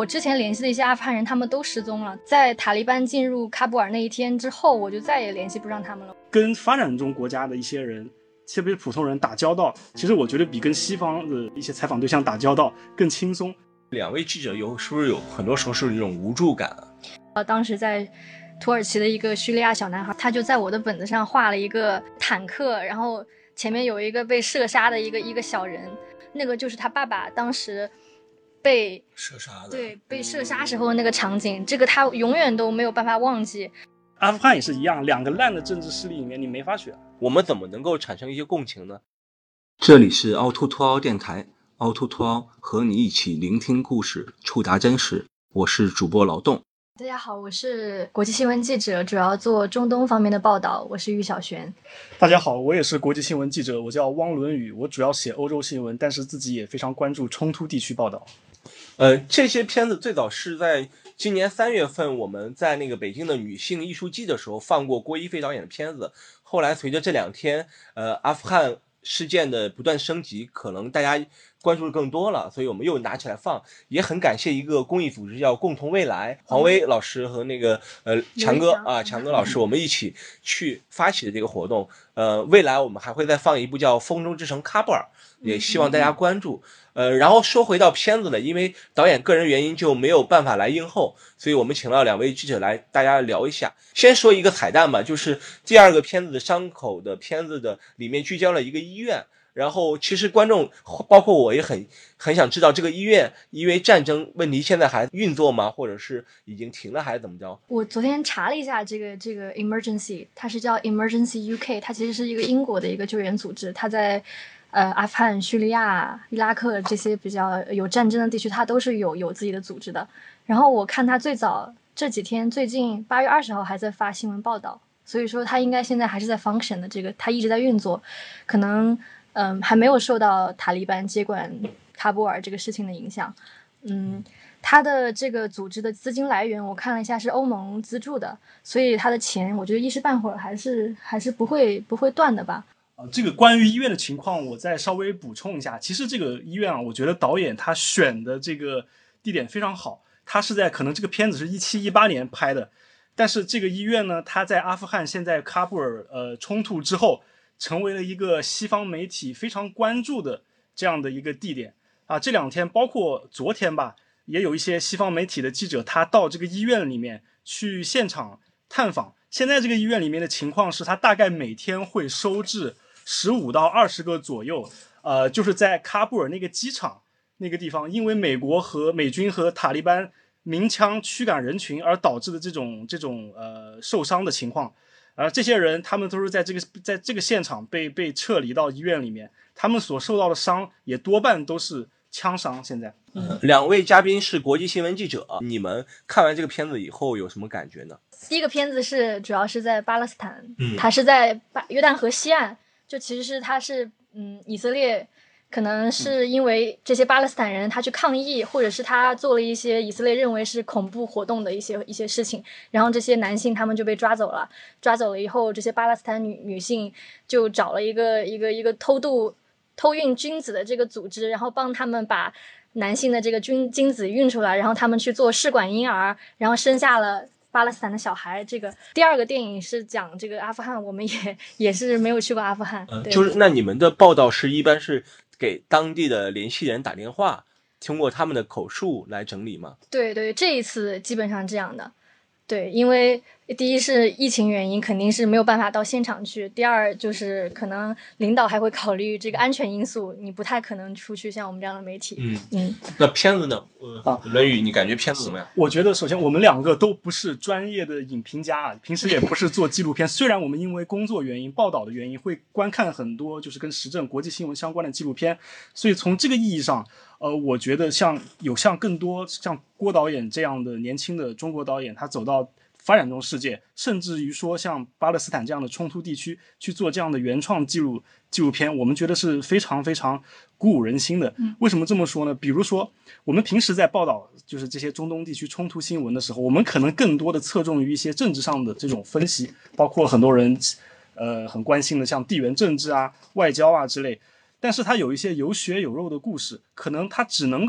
我之前联系的一些阿富汗人，他们都失踪了。在塔利班进入喀布尔那一天之后，我就再也联系不上他们了。 跟发展中国家的一些人，特别是普通人打交道，其实我觉得比跟西方的一些采访对象打交道更轻松。 两位记者是不是有很多时候是这种无助感啊？ 当时在土耳其的一个叙利亚小男孩，他就在我的本子上画了一个坦克，然后前面有一个被射杀的一个小人，那个就是他爸爸当时被射杀的， 对，被射杀时候的那个场景，这个他永远都没有办法忘记。 阿富汗也是一样，两个烂的政治势力里面你没法选。 我们怎么能够产生一些共情呢？ 这里是凹凸凸凹电台，凹凸凸凹和你一起聆听故事，触达真实。我是主播劳动。 大家好，我是国际新闻记者，主要做中东方面的报道，我是玉小璇。 大家好，我也是国际新闻记者，我叫汪伦宇，我主要写欧洲新闻，但是自己也非常关注冲突地区报道。 这些片子最早是在今年3月份，我们在那个北京的女性艺术季的时候放过郭一飞导演的片子。后来随着这2天，阿富汗事件的不断升级，可能大家关注的更多了，所以我们又拿起来放。也很感谢一个公益组织叫共同未来，黄威老师和那个强哥老师，我们一起去发起的这个活动。未来我们还会再放一部叫《风中之城喀布尔》，也希望大家关注。然后说回到片子呢，因为导演个人原因就没有办法来映后，所以我们请到2位记者来大家聊一下。先说一个彩蛋吧，就是第2个片子的伤口的片子的里面聚焦了一个医院，然后其实观众包括我也很想知道这个医院因为战争问题现在还运作吗，或者是已经停了还是怎么着？ 我昨天查了一下这个 emergency， 它是叫 Emergency UK， 它其实是一个英国的一个救援组织，它在阿富汗、叙利亚、伊拉克这些比较有战争的地区，它都是有自己的组织的。然后我看它最早这几天，最近8月20号还在发新闻报道，所以说它应该现在还是在 function 的，这个它一直在运作，可能还没有受到塔利班接管喀布尔这个事情的影响。它的这个组织的资金来源我看了一下是欧盟资助的，所以它的钱我觉得一时半会儿还是不会断的吧。 这个关于医院的情况我再稍微补充一下。其实这个医院我觉得导演他选的这个地点非常好，他是在可能这个片子是17、18年拍的，但是这个医院呢，他在阿富汗现在喀布尔冲突之后成为了一个西方媒体非常关注的这样的一个地点啊。这2天包括昨天吧，也有一些西方媒体的记者他到这个医院里面去现场探访。现在这个医院里面的情况是，他大概每天会收治15到20个左右，就是在喀布尔那个机场那个地方，因为美军和塔利班鸣枪驱赶人群而导致的这种受伤的情况，这些人他们都是在这个现场被撤离到医院里面，他们所受到的伤也多半都是枪伤。现在 2位嘉宾是国际新闻记者，你们看完这个片子以后有什么感觉呢？ 第一个片子主要是在巴勒斯坦，它是在约旦河西岸，就其实是它是以色列可能是因为这些巴勒斯坦人他去抗议，或者是他做了一些以色列认为是恐怖活动的一些事情，然后这些男性他们就被抓走了以后，这些巴勒斯坦女性就找了一个偷运精子的这个组织，然后帮他们把男性的这个精子运出来，然后他们去做试管婴儿，然后生下了巴勒斯坦的小孩。这个第2个电影是讲这个阿富汗，我们也是没有去过阿富汗。 就是那你们的报道是一般是给当地的联系人打电话，通过他们的口述来整理吗？ 对，这一次基本上这样的。对，因为第一是疫情原因，肯定是没有办法到现场去。第二就是可能领导还会考虑这个安全因素，你不太可能出去像我们这样的媒体。 那片子呢？伦宇，你感觉片子怎么样？ 我觉得首先我们2个都不是专业的影评家啊，平时也不是做纪录片。虽然我们因为工作原因、报道的原因会观看很多就是跟时政、国际新闻相关的纪录片，所以从这个意义上，我觉得像更多像郭导演这样的年轻的中国导演，他走到发展中世界，甚至于说像巴勒斯坦这样的冲突地区去做这样的原创纪录片，我们觉得是非常非常鼓舞人心的。为什么这么说呢？比如说我们平时在报道就是这些中东地区冲突新闻的时候，我们可能更多的侧重于一些政治上的这种分析，包括很多人很关心的像地缘政治啊、外交啊之类，但是它有一些有血有肉的故事，可能它只能够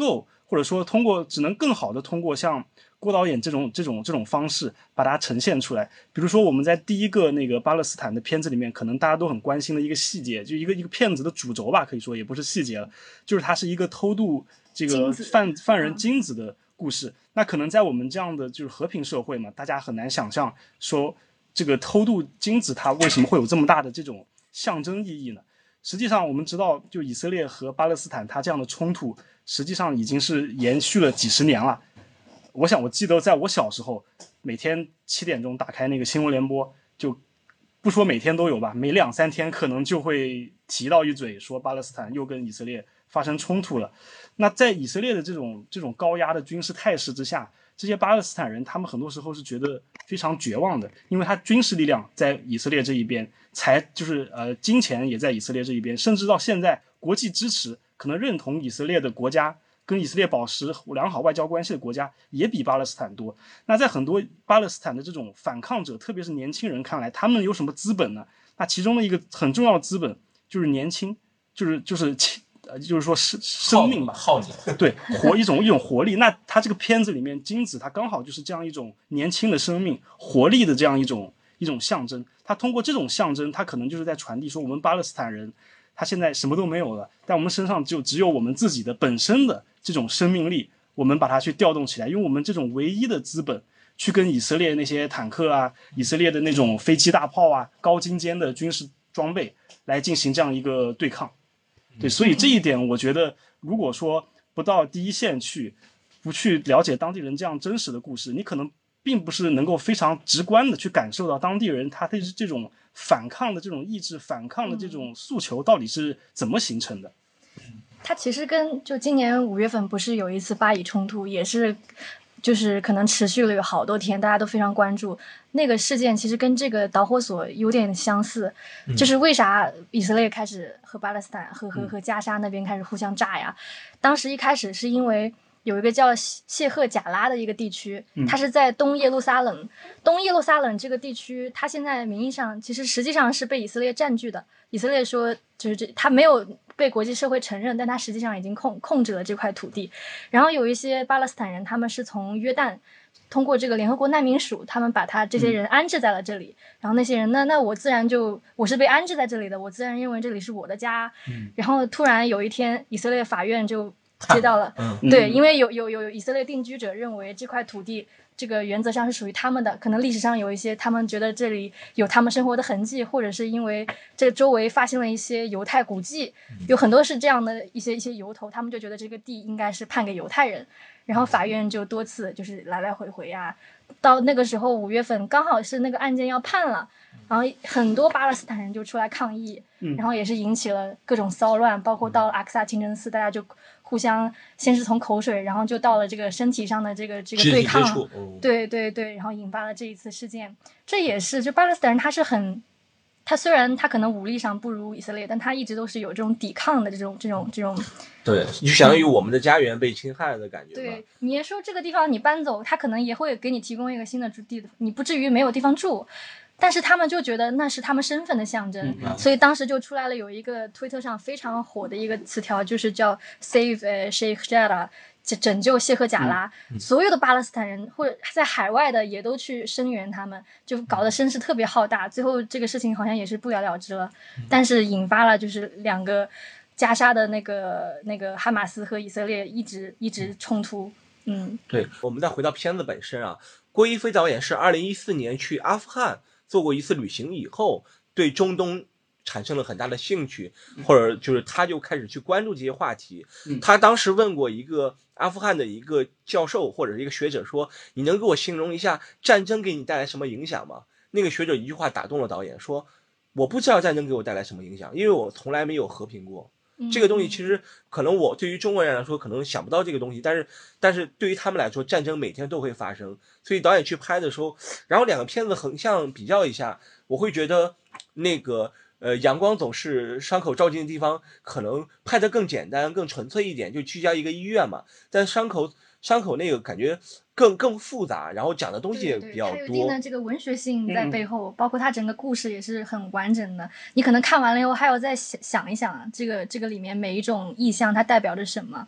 或者说只能更好的通过像郭导演这种方式把它呈现出来。比如说我们在第一个那个巴勒斯坦的片子里面，可能大家都很关心的一个细节，就一个片子的主轴吧，可以说也不是细节了，就是它是一个偷渡这个犯人精子的故事。那可能在我们这样的就是和平社会嘛，大家很难想象说这个偷渡精子它为什么会有这么大的这种象征意义呢？实际上我们知道，就以色列和巴勒斯坦它这样的冲突实际上已经是延续了几十年了。我记得在我小时候，每天7点钟打开那个新闻联播，就不说每天都有吧，每2-3天可能就会提到一嘴，说巴勒斯坦又跟以色列发生冲突了。那在以色列的这种高压的军事态势之下，这些巴勒斯坦人他们很多时候是觉得非常绝望的，因为他军事力量在以色列这一边，金钱也在以色列这一边，甚至到现在国际支持可能认同以色列的国家，跟以色列保持良好外交关系的国家也比巴勒斯坦多。那在很多巴勒斯坦的这种反抗者，特别是年轻人看来，他们有什么资本呢？那其中的一个很重要的资本就是年轻，就是说生命吧， 耗子， 对，一种活力。那他这个片子里面，精子它刚好就是这样一种年轻的生命、活力的这样一种象征。他通过这种象征，他可能就是在传递说，我们巴勒斯坦人他现在什么都没有了，但我们身上就只有我们自己的本身的这种生命力，我们把它去调动起来，用我们这种唯一的资本去跟以色列那些坦克啊、以色列的那种飞机大炮啊、高精尖的军事装备来进行这样一个对抗。对，所以这一点我觉得，如果说不到第一线去，不去了解当地人这样真实的故事，你可能并不是能够非常直观的去感受到当地人他的这种反抗的这种意志、反抗的这种诉求到底是怎么形成的。 它其实跟就今年5月份不是有一次巴以冲突，也是就是可能持续了有好多天，大家都非常关注那个事件。其实跟这个导火索有点相似，就是为啥以色列开始和巴勒斯坦和加沙那边开始互相炸呀？当时一开始是因为有一个叫谢赫贾拉的一个地区，它是在东耶路撒冷。东耶路撒冷这个地区，它现在名义上其实实际上是被以色列占据的。以色列说就是它没有被国际社会承认，但它实际上已经控制了这块土地。然后有一些巴勒斯坦人，他们是从约旦通过这个联合国难民署，他们把他这些人安置在了这里。然后那些人那我自然我是被安置在这里的，我自然认为这里是我的家。然后突然有一天，以色列法院就接到了，对，因为有以色列定居者认为这块土地这个原则上是属于他们的，可能历史上有一些他们觉得这里有他们生活的痕迹，或者是因为这周围发现了一些犹太古迹，有很多是这样的一些由头，他们就觉得这个地应该是判给犹太人。然后法院就多次就是来来回回啊，到那个时候5月份刚好是那个案件要判了，然后很多巴勒斯坦人就出来抗议，然后也是引起了各种骚乱，包括到了阿克萨清真寺，大家就互相先是从口水，然后就到了这个身体上的这个对抗，对对对，然后引发了这一次事件。这也是就巴勒斯坦人他虽然他可能武力上不如以色列，但他一直都是有这种抵抗的这种对，就相当于我们的家园被侵害的感觉。 对，你也说这个地方你搬走，他可能也会给你提供一个新的地，你不至于没有地方住。但是他们就觉得那是他们身份的象征，所以当时就出来了有一个推特上非常火的一个词条，就是叫 Save Sheikh Jarrah， 拯救谢赫贾拉。所有的巴勒斯坦人或者在海外的也都去声援他们，就搞得声势特别浩大。最后这个事情好像也是不了了之了，但是引发了就是两个加沙的那个哈马斯和以色列一直冲突。 对，我们再回到片子本身啊，郭一飞导演是2014年去阿富汗做过一次旅行以后，对中东产生了很大的兴趣，或者就是他就开始去关注这些话题。他当时问过一个阿富汗的一个教授或者是一个学者说，你能给我形容一下战争给你带来什么影响吗？那个学者一句话打动了导演，说我不知道战争给我带来什么影响，因为我从来没有和平过。这个东西其实可能我对于中国人来说可能想不到这个东西，但是对于他们来说战争每天都会发生。所以导演去拍的时候，然后两个片子横向比较一下，我会觉得那个阳光总是伤口照进的地方可能拍得更简单更纯粹一点，就聚焦一个医院嘛，但伤口那个感觉更复杂，然后讲的东西也比较多， 它有一定的这个文学性在背后，包括它整个故事也是很完整的。你可能看完了以后还要再想一想这个里面每一种意象它代表着什么。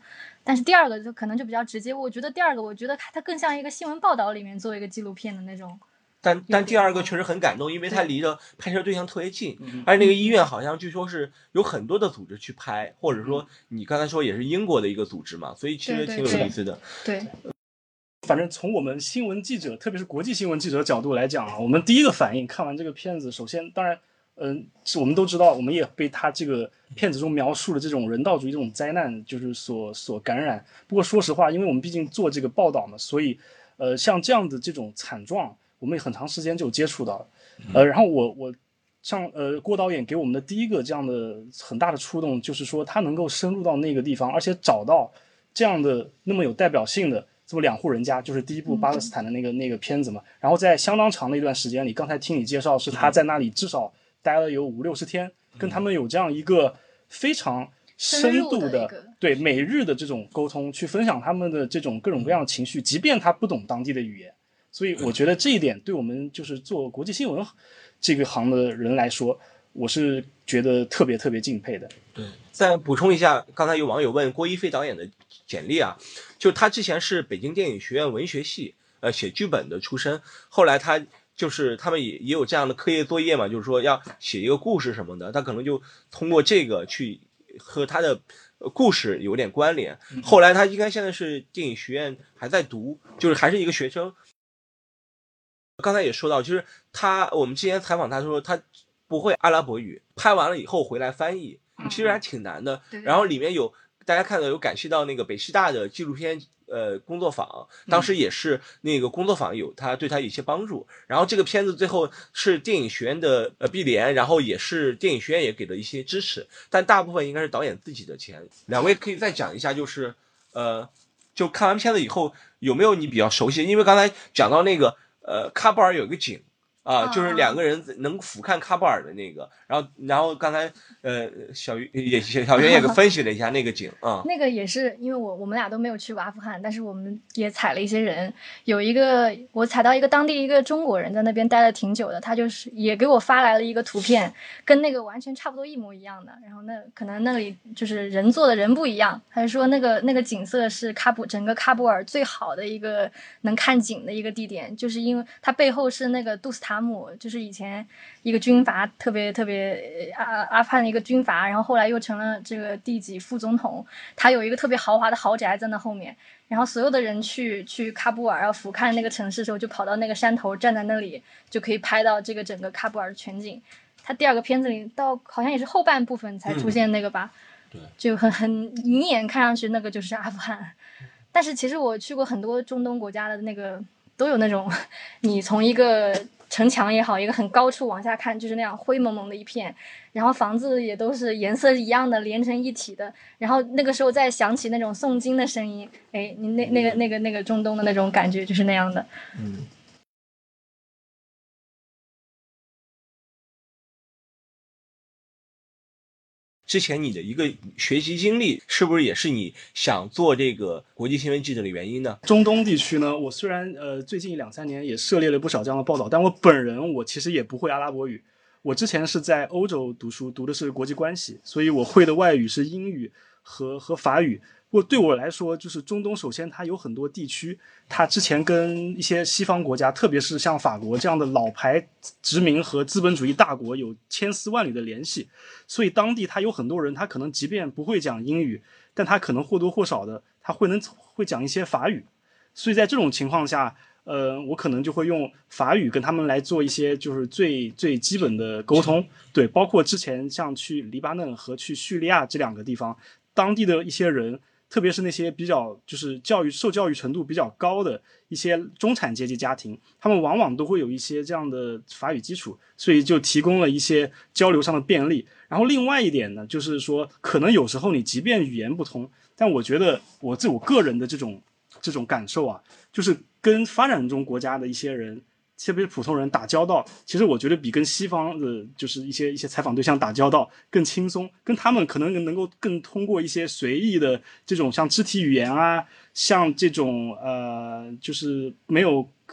但是第二个就可能就比较直接，我觉得第二个，我觉得它更像一个新闻报道里面做一个纪录片的那种。 但第二个确实很感动，因为它离着拍摄对象特别近，而且那个医院好像据说是有很多的组织去拍，或者说你刚才说也是英国的一个组织嘛，所以其实挺有意思的。 对。 反正从我们新闻记者，特别是国际新闻记者的角度来讲啊，我们第一个反应看完这个片子，首先当然，我们都知道，我们也被他这个片子中描述的这种人道主义这种灾难就是所感染。不过说实话，因为我们毕竟做这个报道嘛，所以像这样的这种惨状，我们也很长时间就接触到了。然后我像郭导演给我们的第一个这样的很大的触动，就是说他能够深入到那个地方，而且找到这样的那么有代表性的这么2户人家，就是第一部巴勒斯坦的那个片子嘛。然后在相当长的一段时间里，刚才听你介绍是他在那里至少待了有50-60天，跟他们有这样一个非常深度的对每日的这种沟通，去分享他们的这种各种各样的情绪，即便他不懂当地的语言。所以我觉得这一点对我们就是做国际新闻这个行的人来说，我是觉得特别特别敬佩的。 对，再补充一下，刚才有网友问郭一飞导演的简历啊，就他之前是北京电影学院文学系写剧本的出身，后来他就是他们也有这样的课业作业嘛，就是说要写一个故事什么的，他可能就通过这个去和他的故事有点关联。后来他应该现在是电影学院还在读，就是还是一个学生。刚才也说到，就是我们之前采访他说他不会阿拉伯语，拍完了以后回来翻译，其实还挺难的。然后里面有大家看到有感谢到那个北师大的纪录片工作坊，当时也是那个工作坊对他有一些帮助。然后这个片子最后是电影学院的毕联，然后也是电影学院也给了一些支持，但大部分应该是导演自己的钱。两位可以再讲一下，就是就看完片子以后有没有你比较熟悉？因为刚才讲到那个喀布尔有一个景啊，就是2个人能俯瞰喀布尔的那个，然后刚才小袁也分析了一下那个景啊， 那个也是因为我们俩都没有去过阿富汗，但是我们也采了一些人，有一个我采到一个当地一个中国人在那边待了挺久的，他就是也给我发来了一个图片，跟那个完全差不多一模一样的，然后可能那里就是人做的人不一样，他就说那个景色是整个喀布尔最好的一个能看景的一个地点，就是因为它背后是那个杜斯塔姆，就是以前一个军阀特别特别阿富汗的一个军阀，然后后来又成了这个第几副总统，他有一个特别豪华的豪宅在那后面，然后所有的人去喀布尔要俯瞰那个城市的时候，就跑到那个山头站在那里，就可以拍到这个整个喀布尔的全景。他第2个片子里到好像也是后半部分才出现那个吧， 对， 就很一眼看上去那个就是阿富汗。但是其实我去过很多中东国家的那个都有那种，你从一个城墙也好，一个很高处往下看，就是那样灰蒙蒙的一片，然后房子也都是颜色一样的，连成一体的。然后那个时候再响起那种诵经的声音，哎，你那个中东的那种感觉就是那样的。 之前你的一个学习经历，是不是也是你想做这个国际新闻记者的原因呢？ 中东地区呢，我虽然最近2-3年也涉猎了不少这样的报道，但我本人其实也不会阿拉伯语。我之前是在欧洲读书，读的是国际关系，所以我会的外语是英语和法语。不过对我来说，就是中东，首先它有很多地区，它之前跟一些西方国家，特别是像法国这样的老牌殖民和资本主义大国有千丝万缕的联系，所以当地它有很多人，他可能即便不会讲英语，但他可能或多或少的他会讲一些法语，所以在这种情况下，我可能就会用法语跟他们来做一些就是最最基本的沟通，对，包括之前像去黎巴嫩和去叙利亚这2个地方，当地的一些人。特别是那些比较就是受教育程度比较高的一些中产阶级家庭，他们往往都会有一些这样的法语基础，所以就提供了一些交流上的便利。然后另外一点呢，就是说可能有时候你即便语言不通，但我觉得我个人的这种感受啊，就是跟发展中国家的一些人，特别是普通人打交道，其实我觉得比跟西方的就是一些采访对象打交道更轻松，跟他们可能能够更通过一些随意的这种像肢体语言啊，像这种就是没有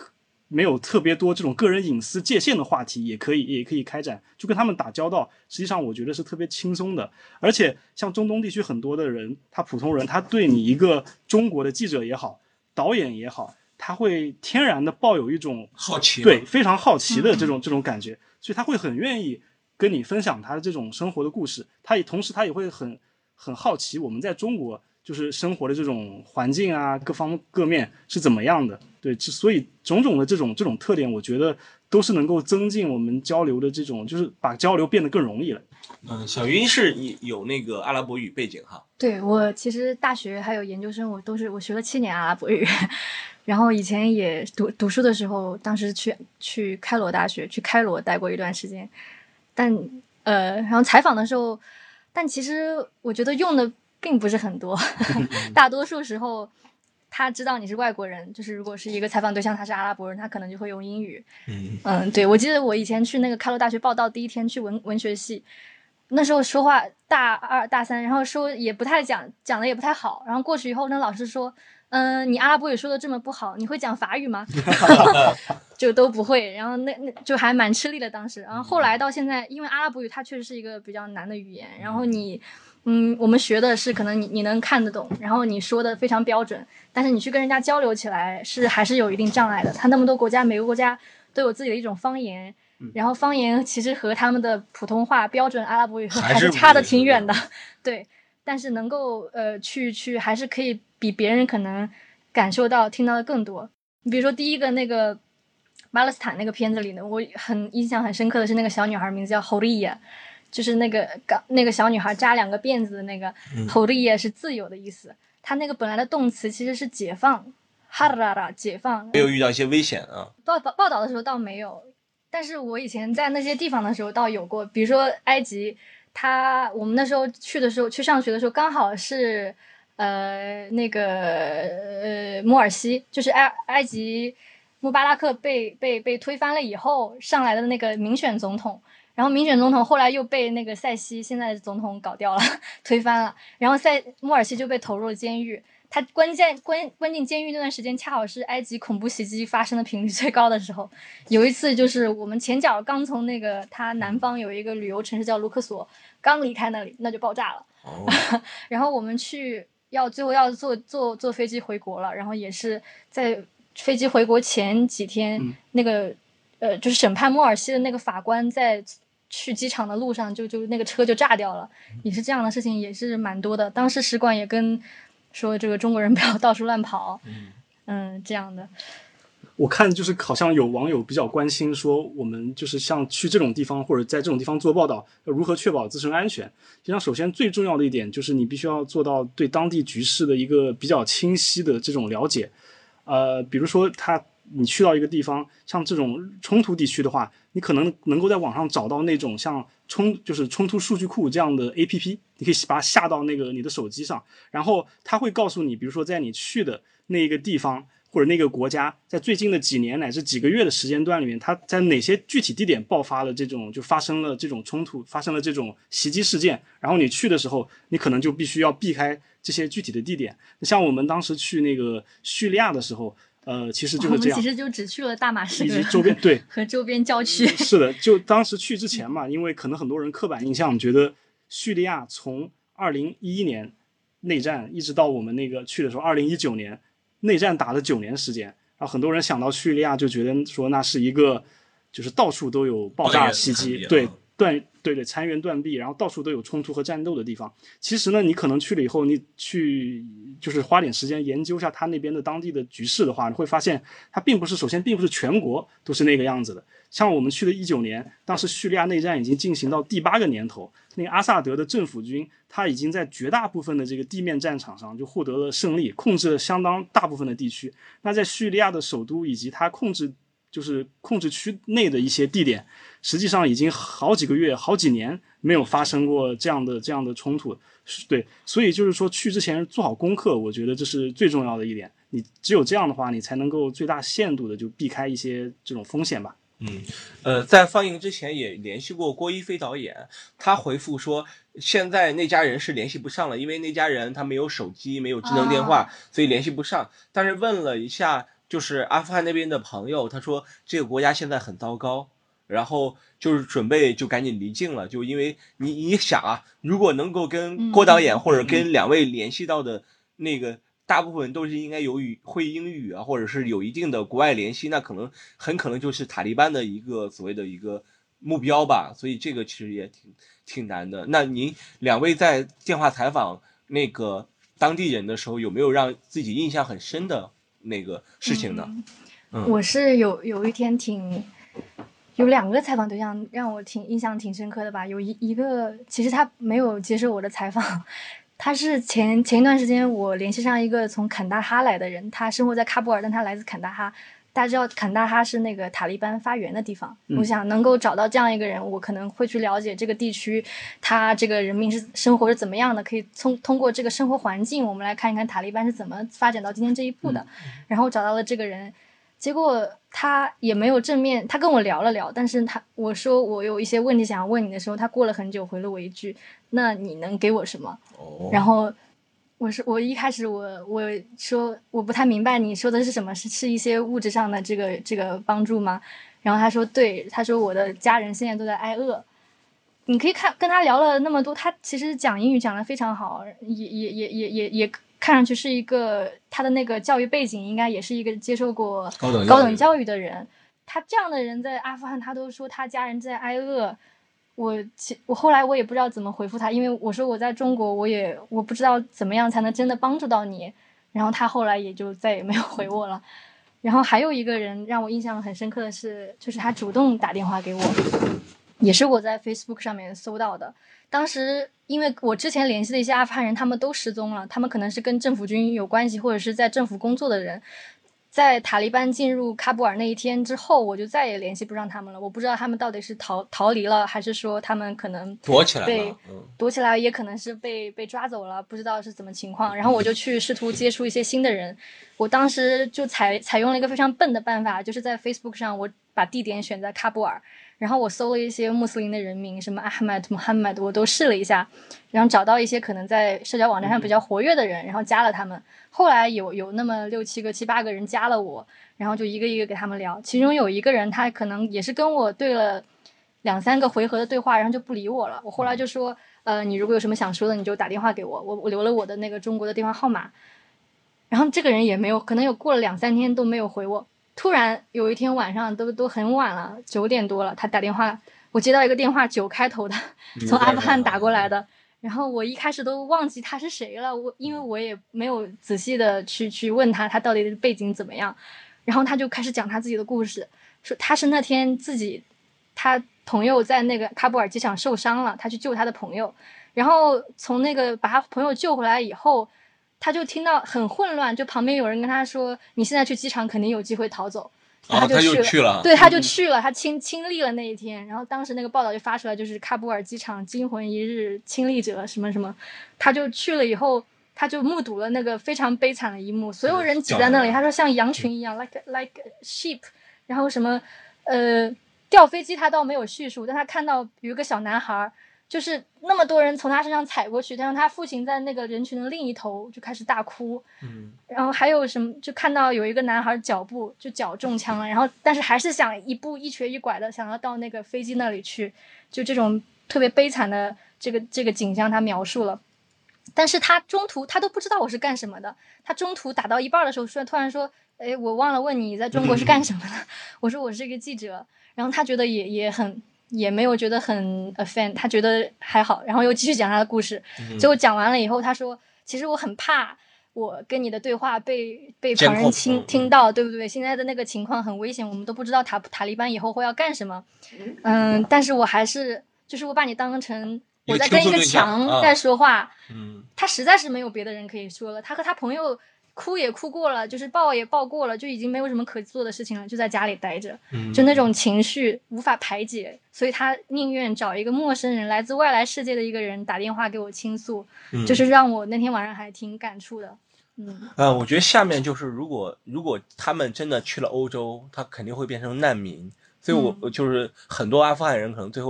没有特别多这种个人隐私界限的话题，也可以开展，就跟他们打交道。实际上，我觉得是特别轻松的。而且，像中东地区很多的人，他普通人，他对你一个中国的记者也好，导演也好，他会天然的抱有一种好奇， 对，非常好奇的这种感觉，所以他会很愿意跟你分享他的这种生活的故事。同时他也会很好奇我们在中国就是生活的这种环境啊，各方各面是怎么样的。对，所以种种的这种特点，我觉得都是能够增进我们交流的这种，就是把交流变得更容易了。 小云是有那个阿拉伯语背景哈？ 对，我其实大学还有研究生，我学了7年阿拉伯语，然后以前也读书的时候，当时去开罗大学，去开罗待过一段时间，然后采访的时候，但其实我觉得用的并不是很多，大多数时候他知道你是外国人，就是如果是一个采访对象他是阿拉伯人，他可能就会用英语。对，我记得我以前去那个开罗大学报道第一天去文学系，那时候说话大2大3，然后说也不太讲的也不太好，然后过去以后那老师说你阿拉伯语说的这么不好，你会讲法语吗？就都不会，然后那就还蛮吃力的当时。然后后来到现在，因为阿拉伯语它确实是一个比较难的语言，然后我们学的是可能你能看得懂，然后你说的非常标准，但是你去跟人家交流起来还是有一定障碍的。它那么多国家，每个国家都有自己的一种方言，然后方言其实和他们的普通话标准阿拉伯语还是差的挺远的。对，但是能够去还是可以比别人可能感受到听到的更多。你比如说第一个那个巴勒斯坦那个片子里呢，我印象很深刻的是那个小女孩名字叫 Horiya， 就是那个小女孩扎2个辫子的那个 Horiya 是自由的意思。她那个本来的动词其实是解放 Harara 解放。 没有遇到一些危险啊？ 报道的时候倒没有，但是我以前在那些地方的时候倒有过，比如说埃及，我们那时候去上学的时候刚好是那个穆尔西，就是埃及穆巴拉克被推翻了以后上来的那个民选总统，然后民选总统后来又被那个塞西现在的总统搞掉了，推翻了，然后穆尔西就被投入了监狱。他关进监狱那段时间，恰好是埃及恐怖袭击发生的频率最高的时候。有一次就是我们前脚刚从那个他南方有一个旅游城市叫卢克索，刚离开那里，那就爆炸了。然后我们最后要坐飞机回国了，然后也是在飞机回国前几天，那个就是审判穆尔西的那个法官在去机场的路上就那个车就炸掉了，也是这样的事情也是蛮多的。当时使馆也跟说这个中国人不要到处乱跑，这样的。 我看就是好像有网友比较关心说，我们就是像去这种地方或者在这种地方做报道，要如何确保自身安全。实际上首先最重要的一点就是你必须要做到对当地局势的一个比较清晰的这种了解。比如说你去到一个地方，像这种冲突地区的话，你可能够在网上找到那种像就是冲突数据库这样的 APP， 你可以把它下到那个你的手机上，然后它会告诉你，比如说在你去的那个地方或者那个国家，在最近的几年乃至几个月的时间段里面，它在哪些具体地点爆发了就发生了这种冲突，发生了这种袭击事件，然后你去的时候，你可能就必须要避开这些具体的地点。像我们当时去那个叙利亚的时候，其实就是这样。 我们其实就只去了大马士革以及周边，对， 和周边郊区。 是的，就当时去之前嘛，因为可能很多人刻板印象觉得叙利亚从2011年内战一直到我们那个去的时候2019年内战打了9年时间，然后很多人想到叙利亚就觉得说那是一个就是到处都有爆炸袭击，对，残垣断壁，然后到处都有冲突和战斗的地方。其实呢，你可能去了以后，你去就是花点时间研究一下他那边的当地的局势的话，你会发现它首先并不是全国都是那个样子的。像我们去的19年，当时叙利亚内战已经进行到第8个年头，那个阿萨德的政府军他已经在绝大部分的这个地面战场上就获得了胜利，控制了相当大部分的地区。那在叙利亚的首都以及他控制区内的一些地点，实际上已经好几个月、好几年没有发生过这样的冲突。对，所以就是说去之前做好功课，我觉得这是最重要的一点。你只有这样的话，你才能够最大限度的就避开一些这种风险吧。 在放映之前也联系过郭一飞导演，他回复说现在那家人是联系不上了，因为那家人他没有手机，没有智能电话，所以联系不上。但是问了一下就是阿富汗那边的朋友，他说这个国家现在很糟糕，然后就是准备就赶紧离境了，就因为你想啊，如果能够跟郭导演或者跟两位联系到的那个大部分都是应该有会英语啊，或者是有一定的国外联系，那很可能就是塔利班的一个所谓的一个目标吧，所以这个其实也挺难的。那您两位在电话采访那个当地人的时候，有没有让自己印象很深的那个事情呢？ 我是有一天有2个采访对象让我印象挺深刻的吧。有一个其实他没有接受我的采访，他是前一段时间我联系上一个从坎大哈来的人，他生活在喀布尔，但他来自坎大哈。大家知道坎大哈是那个塔利班发源的地方，我想能够找到这样一个人，我可能会去了解这个地区他这个人民生活是怎么样的，可以通过这个生活环境我们来看一看塔利班是怎么发展到今天这一步的。然后找到了这个人，结果他也没有正面，他跟我聊了聊，但是我说我有一些问题想要问你的时候，他过了很久回了我一句，那你能给我什么？然后我一开始我说我不太明白你说的是什么，是一些物质上的这个帮助吗？然后他说对，他说我的家人现在都在挨饿。你可以跟他聊了那么多，他其实讲英语讲得非常好，也看上去是一个他的那个教育背景应该也是一个接受过高等教育的人。他这样的人在阿富汗，他都说他家人在挨饿。我后来我也不知道怎么回复他，因为我说我在中国，我不知道怎么样才能真的帮助到你。然后他后来也就再也没有回我了。然后还有一个人让我印象很深刻的是，就是他主动打电话给我，也是我在 Facebook 上面搜到的。当时因为我之前联系的一些阿富汗人，他们都失踪了，他们可能是跟政府军有关系，或者是在政府工作的人。在塔利班进入喀布尔那一天之后，我就再也联系不上他们了。我不知道他们到底是逃离了，还是说他们可能躲起来了， 躲起来，也可能是被抓走了，不知道是怎么情况。然后我就去试图接触一些新的人。我当时就采用了一个非常笨的办法，就是在 Facebook 上我把地点选在喀布尔，然后我搜了一些穆斯林的人名，什么 Ahmad、Muhammad 我都试了一下，然后找到一些可能在社交网站上比较活跃的人，然后加了他们。后来有那么6、7个、7、8个人加了我，然后就一个一个给他们聊。其中有一个人他可能也是跟我对了2、3个回合的对话，然后就不理我了。我后来就说你如果有什么想说的你就打电话给我，我留了我的那个中国的电话号码。然后这个人也没有，可能有过了2、3天都没有回我。突然有一天晚上都很晚了，9点多了，他打电话，我接到一个电话9开头的，从阿富汗打过来的。然后我一开始都忘记他是谁了，因为我也没有仔细的去问他到底的背景怎么样。然后他就开始讲他自己的故事，说他是那天他朋友在那个喀布尔机场受伤了，他去救他的朋友，然后从那个把他朋友救回来以后，他就听到很混乱，就旁边有人跟他说你现在去机场肯定有机会逃走。他就去了，对，他就去了，他亲历了那一天。然后当时那个报道就发出来，就是喀布尔机场惊魂一日亲历者什么什么，他就去了以后，他就目睹了那个非常悲惨的一幕，所有人挤在那里，他说像羊群一样 like sheep， 然后什么掉飞机他倒没有叙述，但他看到有一个小男孩，就是那么多人从他身上踩过去，然后他父亲在那个人群的另一头就开始大哭。然后还有什么，就看到有一个男孩脚中枪了，然后但是还是想一步一瘸一拐的想要到那个飞机那里去，就这种特别悲惨的这个景象他描述了。但是他中途他都不知道我是干什么的，他中途打到一半的时候突然说我忘了问你在中国是干什么的。我说我是一个记者。然后他觉得也没有觉得很 offend， 他觉得还好，然后又继续讲他的故事。结果讲完了以后他说其实我很怕我跟你的对话被旁人听到，对不对？现在的那个情况很危险，我们都不知道塔利班以后会要干什么。但是我还是就是我把你当成我在跟一个墙在说话。他实在是没有别的人可以说了，他和他朋友哭也哭过了，就是抱也抱过了，就已经没有什么可做的事情了，就在家里待着。就那种情绪无法排解，所以他宁愿找一个陌生人，来自外来世界的一个人打电话给我倾诉。就是让我那天晚上还挺感触的。 我觉得下面就是如果他们真的去了欧洲，他肯定会变成难民。所以我就是很多阿富汗人可能最后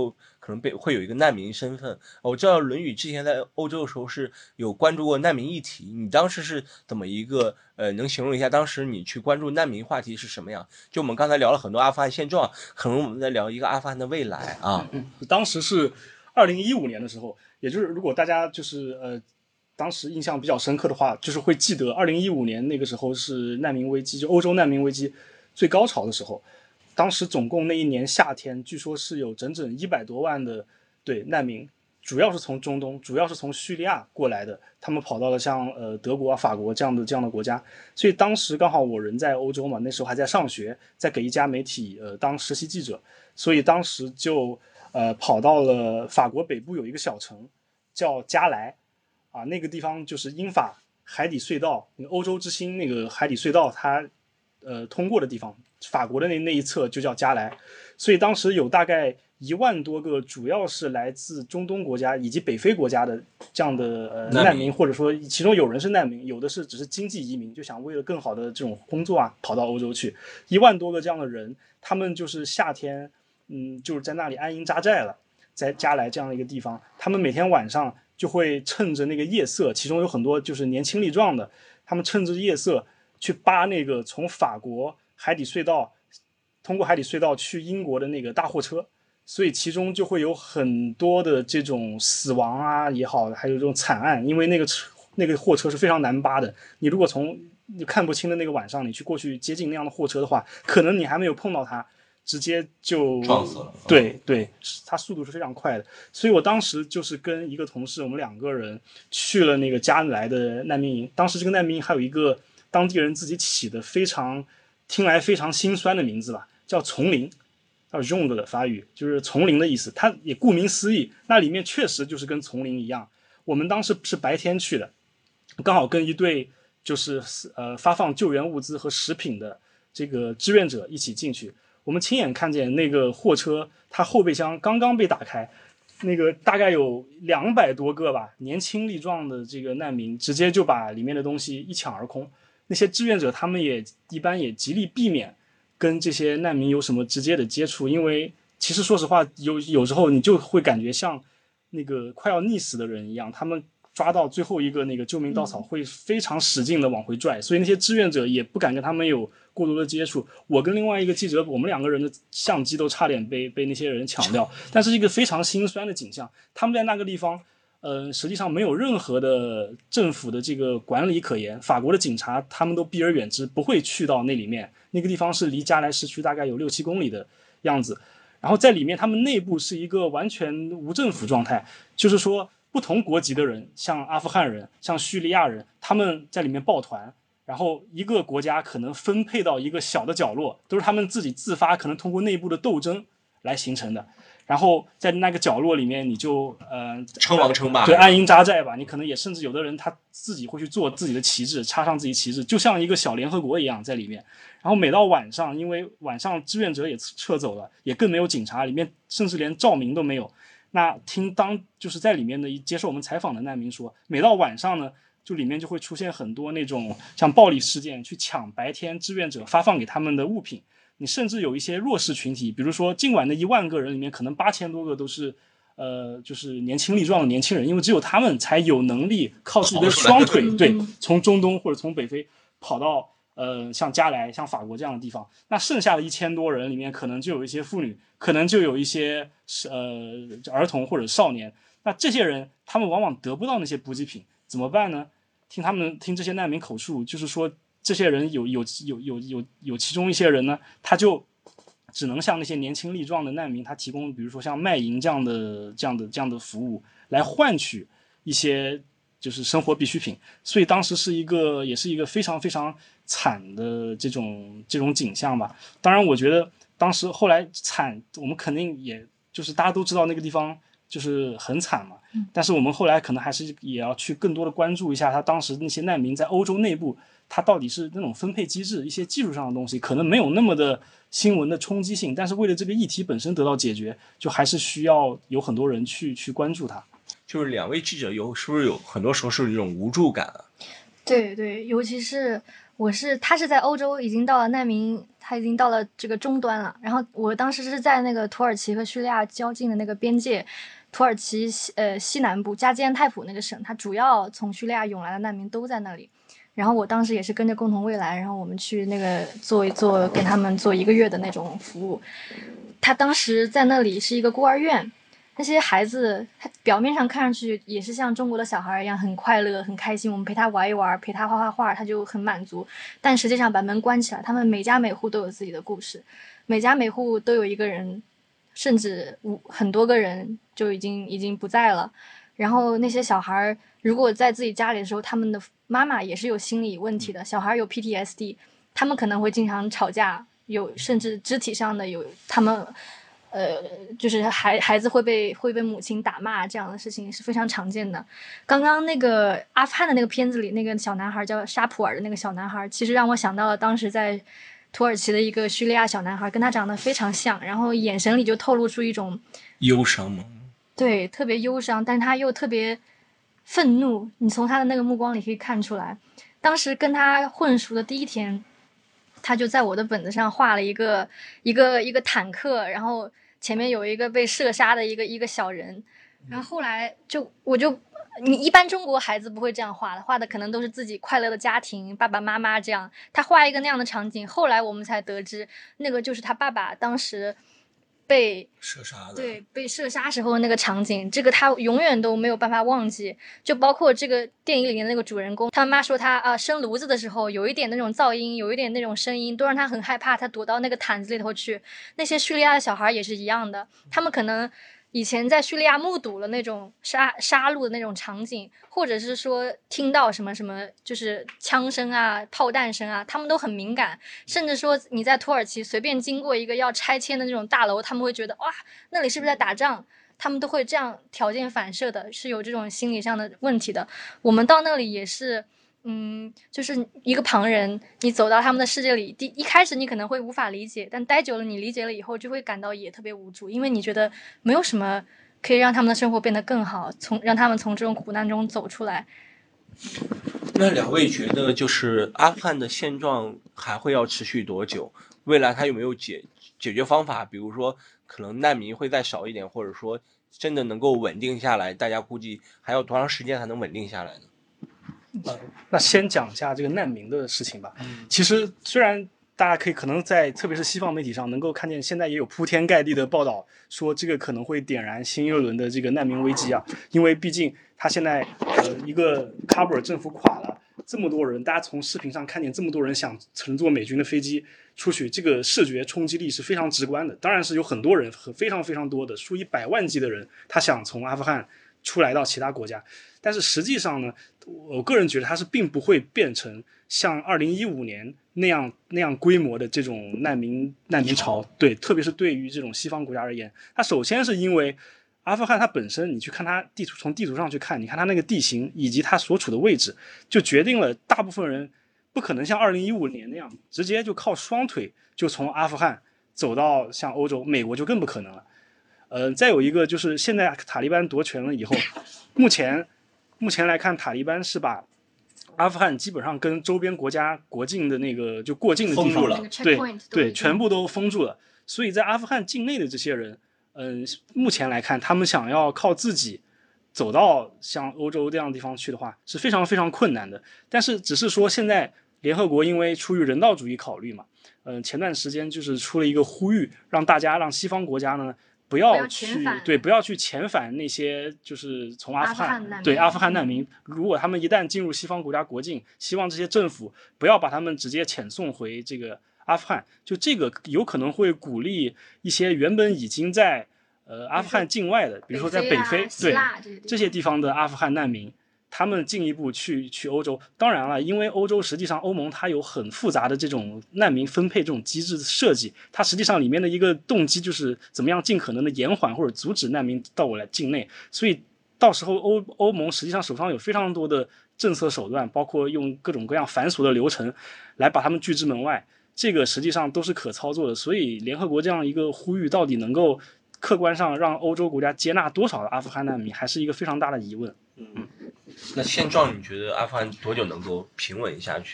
可能会有一个难民身份。我知道《论语》之前在欧洲的时候是有关注过难民议题，你当时是怎么一个能形容一下当时你去关注难民话题是什么样？就我们刚才聊了很多阿富汗现状，可能我们在聊一个阿富汗的未来啊。 当时是2015年的时候，也就是如果大家就是当时印象比较深刻的话，就是会记得2015年那个时候是难民危机，就欧洲难民危机最高潮的时候。当时总共那一年夏天，据说是有整整100多万的难民，主要是从中东，主要是从叙利亚过来的，他们跑到了像德国啊、法国这样的国家。所以当时刚好我人在欧洲嘛，那时候还在上学，在给一家媒体当实习记者，所以当时就跑到了法国北部有一个小城叫加莱啊，那个地方就是英法海底隧道，那个欧洲之星那个海底隧道它通过的地方，法国的那一侧就叫加莱。所以当时有大概1万多个主要是来自中东国家以及北非国家的这样的难民，或者说其中有人是难民，有的是只是经济移民，就想为了更好的这种工作啊跑到欧洲去。1万多个这样的人，他们就是夏天就是在那里安营扎寨了，在加莱这样的一个地方，他们每天晚上就会趁着那个夜色，其中有很多就是年轻力壮的，他们趁着夜色去扒那个从法国海底隧道通过海底隧道去英国的那个大货车，所以其中就会有很多的这种死亡啊也好，还有这种惨案，因为那个货车是非常难扒的，你如果从你看不清的那个晚上你去过去接近那样的货车的话，可能你还没有碰到它，直接就撞死了。 对，它速度是非常快的。所以我当时就是跟一个同事，我们2个人去了那个加莱的难民营。当时这个难民营还有一个当地人自己起的听来非常心酸的名字吧，叫丛林，叫 Jungle 的法语就是丛林的意思。它也顾名思义，那里面确实就是跟丛林一样。我们当时是白天去的，刚好跟一队就是发放救援物资和食品的这个志愿者一起进去。我们亲眼看见那个货车，它后备箱刚刚被打开，那个大概有200多个吧，年轻力壮的这个难民，直接就把里面的东西一抢而空。那些志愿者他们也一般也极力避免跟这些难民有什么直接的接触，因为其实说实话，有时候你就会感觉像那个快要溺死的人一样，他们抓到最后一个那个救命稻草会非常使劲的往回拽，所以那些志愿者也不敢跟他们有过多的接触。我跟另外一个记者，我们2个人的相机都差点被那些人抢掉，但是一个非常心酸的景象。他们在那个地方实际上没有任何的政府的这个管理可言，法国的警察他们都避而远之，不会去到那里面。那个地方是离加莱市区大概有6-7公里的样子，然后在里面他们内部是一个完全无政府状态，就是说不同国籍的人，像阿富汗人，像叙利亚人，他们在里面抱团，然后一个国家可能分配到一个小的角落，都是他们自己自发，可能通过内部的斗争来形成的。然后在那个角落里面，你就称王称霸， 对，安营扎寨吧。你可能也甚至有的人他自己会去做自己的旗帜，插上自己旗帜，就像一个小联合国一样在里面。然后每到晚上，因为晚上志愿者也撤走了，也更没有警察，里面甚至连照明都没有。那就是在里面的接受我们采访的难民说，每到晚上呢，就里面就会出现很多那种像暴力事件，去抢白天志愿者发放给他们的物品。你甚至有一些弱势群体，比如说今晚的1万个人里面，可能8000多个都是就是年轻力壮的年轻人，因为只有他们才有能力靠自己的双腿，对，从中东或者从北非跑到像加莱、像法国这样的地方。那剩下的1000多人里面，可能就有一些妇女，可能就有一些儿童或者少年。那这些人他们往往得不到那些补给品，怎么办呢？听这些难民口述，就是说这些人有其中一些人呢，他就只能向那些年轻力壮的难民，他提供比如说像卖淫这样的服务，来换取一些就是生活必需品。所以当时也是一个非常非常惨的这种景象吧。当然，我觉得当时后来惨，我们肯定也就是大家都知道那个地方就是很惨嘛。但是我们后来可能还是也要去更多的关注一下他当时那些难民在欧洲内部，他到底是那种分配机制，一些技术上的东西可能没有那么的新闻的冲击性，但是为了这个议题本身得到解决，就还是需要有很多人去关注它。 就是2位记者是不是有很多时候是这种无助感啊？ 对，尤其是他是在欧洲已经到了难民，他已经到了这个终端了。然后我当时是在那个土耳其和叙利亚交界的那个边界，土耳其西南部加基安泰普那个省，它主要从叙利亚涌来的难民都在那里。然后我当时也是跟着共同未来，然后我们去那个给他们做1个月的那种服务。他当时在那里是一个孤儿院，那些孩子表面上看上去也是像中国的小孩一样很快乐很开心，我们陪他玩一玩，陪他画画，他就很满足。但实际上把门关起来，他们每家每户都有自己的故事，每家每户都有一个人，甚至很多个人就已经不在了。然后那些小孩如果在自己家里的时候，他们的妈妈也是有心理问题的，小孩有 PTSD， 他们可能会经常吵架，甚至肢体上的他们就是孩子会被母亲打骂，这样的事情是非常常见的。刚刚那个阿富汗的那个片子里，那个小男孩叫沙普尔的那个小男孩，其实让我想到了当时在土耳其的一个叙利亚小男孩，跟他长得非常像，然后眼神里就透露出一种忧伤吗？ 对，特别忧伤，但他又特别愤怒，你从他的那个目光里可以看出来。当时跟他混熟的第一天，他就在我的本子上画了一个坦克，然后前面有一个被射杀的一个小人。然后后来你一般中国孩子不会这样画的可能都是自己快乐的家庭，爸爸妈妈这样。他画一个那样的场景，后来我们才得知，那个就是他爸爸当时被射杀的， 对，被射杀时候的那个场景，这个他永远都没有办法忘记。就包括这个电影里面的那个主人公，他妈说他生炉子的时候有一点那种噪音，有一点那种声音，都让他很害怕，他躲到那个毯子里头去。那些叙利亚的小孩也是一样的，他们可能以前在叙利亚目睹了那种杀戮的那种场景，或者是说听到什么什么就是枪声啊炮弹声啊，他们都很敏感。甚至说你在土耳其随便经过一个要拆迁的那种大楼，他们会觉得哇，那里是不是在打仗，他们都会这样条件反射的，是有这种心理上的问题的。我们到那里也是就是一个旁人，你走到他们的世界里，一开始你可能会无法理解，但待久了你理解了以后就会感到也特别无助，因为你觉得没有什么可以让他们的生活变得更好，让他们从这种苦难中走出来。 那两位觉得就是阿富汗的现状还会要持续多久？未来它有没有解决方法？比如说可能难民会再少一点，或者说真的能够稳定下来，大家估计还要多长时间才能稳定下来呢？ 那先讲一下这个难民的事情吧。其实虽然大家可能在特别是西方媒体上能够看见，现在也有铺天盖地的报道说这个可能会点燃新一轮的这个难民危机啊，因为毕竟他现在一个喀布尔政府垮了，这么多人，大家从视频上看见这么多人想乘坐美军的飞机出去，这个视觉冲击力是非常直观的。当然是有很多人，非常非常多的数以百万计的人，他想从阿富汗出来到其他国家，但是实际上呢，我个人觉得它是并不会变成像2015年那样规模的这种难民潮。对，特别是对于这种西方国家而言，它首先是因为阿富汗它本身，你去看它从地图上去看，你看它那个地形以及它所处的位置，就决定了大部分人不可能像2015年那样直接就靠双腿就从阿富汗走到像欧洲、美国就更不可能了。再有一个就是现在塔利班夺权了以后，目前来看，塔利班是把阿富汗基本上跟周边国家国境的那个就过境的地方封住了， 对，全部都封住了。所以在阿富汗境内的这些人，目前来看，他们想要靠自己走到像欧洲这样的地方去的话，是非常非常困难的。但是只是说现在联合国因为出于人道主义考虑嘛，前段时间就是出了一个呼吁，让西方国家呢不要去遣返那些就是从阿富汗难民。如果他们一旦进入西方国家国境，希望这些政府不要把他们直接遣送回这个阿富汗。就这个有可能会鼓励一些原本已经在阿富汗境外的，比如说在北非对这些地方的阿富汗难民，他们进一步去欧洲。当然了，因为欧洲实际上欧盟它有很复杂的这种难民分配这种机制的设计，它实际上里面的一个动机就是怎么样尽可能的延缓或者阻止难民到我来境内。所以到时候欧盟实际上手上有非常多的政策手段，包括用各种各样繁琐的流程来把他们拒之门外，这个实际上都是可操作的。所以联合国这样一个呼吁到底能够客观上让欧洲国家接纳多少的阿富汗难民，还是一个非常大的疑问。 那现状你觉得阿富汗多久能够平稳下去？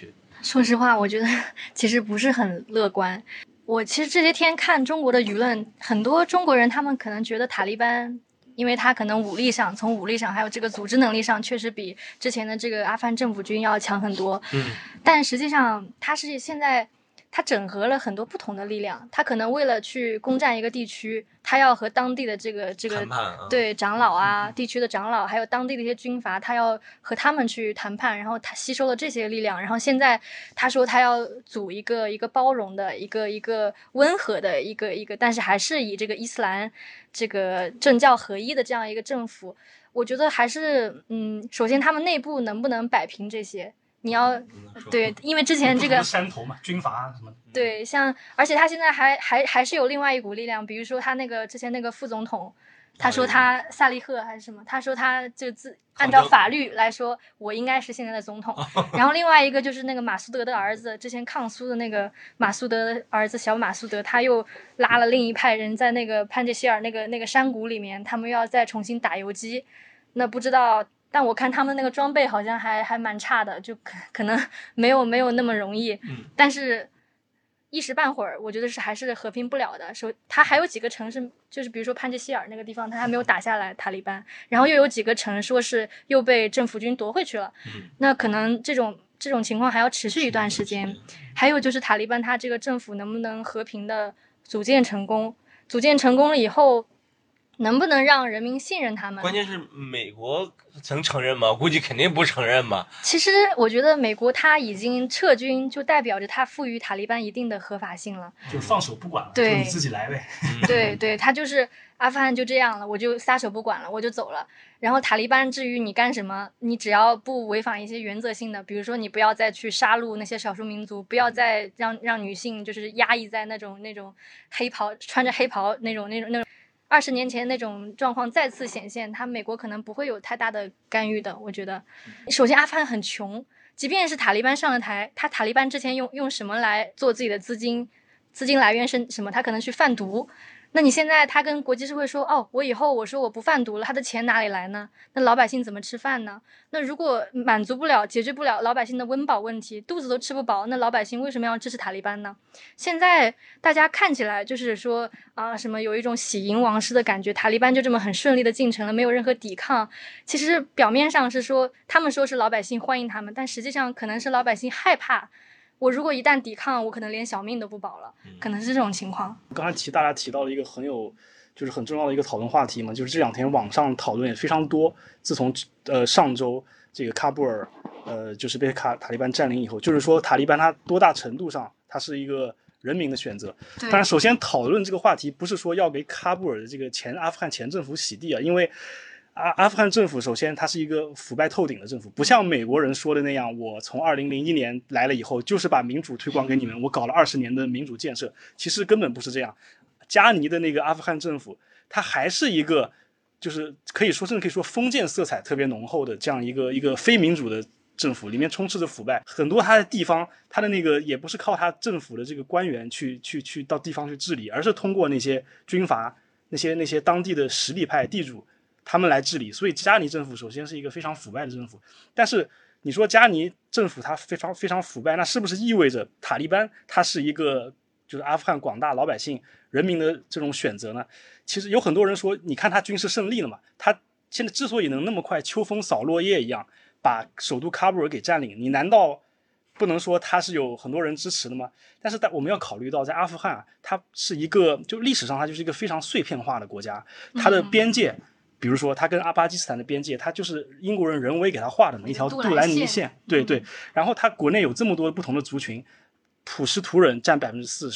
说实话，我觉得其实不是很乐观。我其实这些天看中国的舆论，很多中国人他们可能觉得塔利班，因为他可能从武力上还有这个组织能力上，确实比之前的这个阿富汗政府军要强很多。但实际上他是现在他整合了很多不同的力量，他可能为了去攻占一个地区，他要和当地的这个谈判对长老啊，地区的长老，还有当地的一些军阀，他要和他们去谈判，然后他吸收了这些力量，然后现在他说他要组一个包容的一个温和的一个，但是还是以这个伊斯兰这个政教合一的这样一个政府。我觉得还是首先他们内部能不能摆平这些。你要对，因为之前这个山头嘛，军阀什么的。 对，而且他现在还是有另外一股力量，比如说他那个之前那个副总统，他说他萨利赫还是什么，他说他就按照法律来说，我应该是现在的总统。然后另外一个就是那个马苏德的儿子，之前抗苏的那个马苏德的儿子小马苏德，他又拉了另一派人在那个潘杰希尔那个山谷里面，他们要再重新打游击，那不知道。但我看他们那个装备好像还蛮差的，就可能没有那么容易。但是一时半会儿，我觉得还是和平不了的。他还有几个城市，就是比如说潘杰希尔那个地方，他还没有打下来塔利班，然后又有几个城说是又被政府军夺回去了。那可能这种情况还要持续一段时间。还有就是塔利班他这个政府能不能和平的组建成功了以后，能不能让人民信任他们？ 关键是美国能承认吗？估计肯定不承认嘛。 其实我觉得美国他已经撤军，就代表着他赋予塔利班一定的合法性了， 就放手不管了， 对， 就你自己来呗。 对，他就是阿富汗就这样了，我就撒手不管了，我就走了。然后塔利班至于你干什么，你只要不违反一些原则性的，比如说你不要再去杀戮那些少数民族，不要再让女性就是压抑在那种黑袍穿着黑袍那种20年前那种状况再次显现，美国可能不会有太大的干预的。我觉得，首先阿富汗很穷，即便是塔利班上了台，塔利班之前用什么来做自己的资金来源是什么？他可能去贩毒。那你现在他跟国际社会说，我以后我说我不贩毒了，他的钱哪里来呢？那老百姓怎么吃饭呢？那如果满足不了、解决不了老百姓的温饱问题，肚子都吃不饱，那老百姓为什么要支持塔利班呢？现在大家看起来就是说什么有一种喜迎王师的感觉，塔利班就这么很顺利的进城了，没有任何抵抗。其实表面上是说他们说是老百姓欢迎他们，但实际上可能是老百姓害怕。我如果一旦抵抗，我可能连小命都不保了，可能是这种情况。 刚才大家提到了一个就是很重要的一个讨论话题嘛，就是这两天网上讨论也非常多。自从上周这个喀布尔就是被塔利班占领以后，就是说塔利班它多大程度上它是一个人民的选择。当然，首先讨论这个话题不是说要给喀布尔的这个阿富汗前政府洗地啊，因为阿富汗政府首先它是一个腐败透顶的政府，不像美国人说的那样，我从2001年来了以后就是把民主推广给你们，我搞了20年的民主建设，其实根本不是这样。加尼的那个阿富汗政府，它还是一个就是甚至可以说封建色彩特别浓厚的这样一个非民主的政府，里面充斥着腐败，很多它的地方，它的那个也不是靠它政府的这个官员去到地方去治理，而是通过那些军阀、那些当地的实力派地主他们来治理。所以加尼政府首先是一个非常腐败的政府。但是你说加尼政府它非常非常腐败，那是不是意味着塔利班它是一个就是阿富汗广大老百姓人民的这种选择呢？其实有很多人说，你看他军事胜利了嘛，他现在之所以能那么快秋风扫落叶一样把首都喀布尔给占领，你难道不能说他是有很多人支持的吗？但是我们要考虑到，在阿富汗它是一个就历史上它就是一个非常碎片化的国家，它的边界比如说它跟巴基斯坦的边界，它就是英国人人为给它画的一条杜兰尼线，对。然后它国内有这么多不同的族群，普什图人占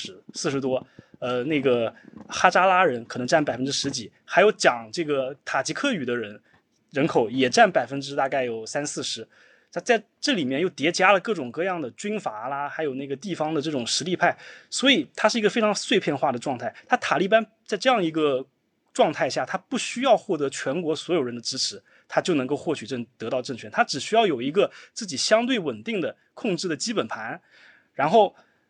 40%多，那个哈扎拉人可能占10%几，还有讲这个塔吉克语的人口也占大概有30-40%。在这里面又叠加了各种各样的军阀啦，还有那个地方的这种实力派，所以它是一个非常碎片化的状态。它塔利班在这样一个状态下，它不需要获得全国所有人的支持，它就能够得到政权。它只需要有一个自己相对稳定的控制的基本盘，然后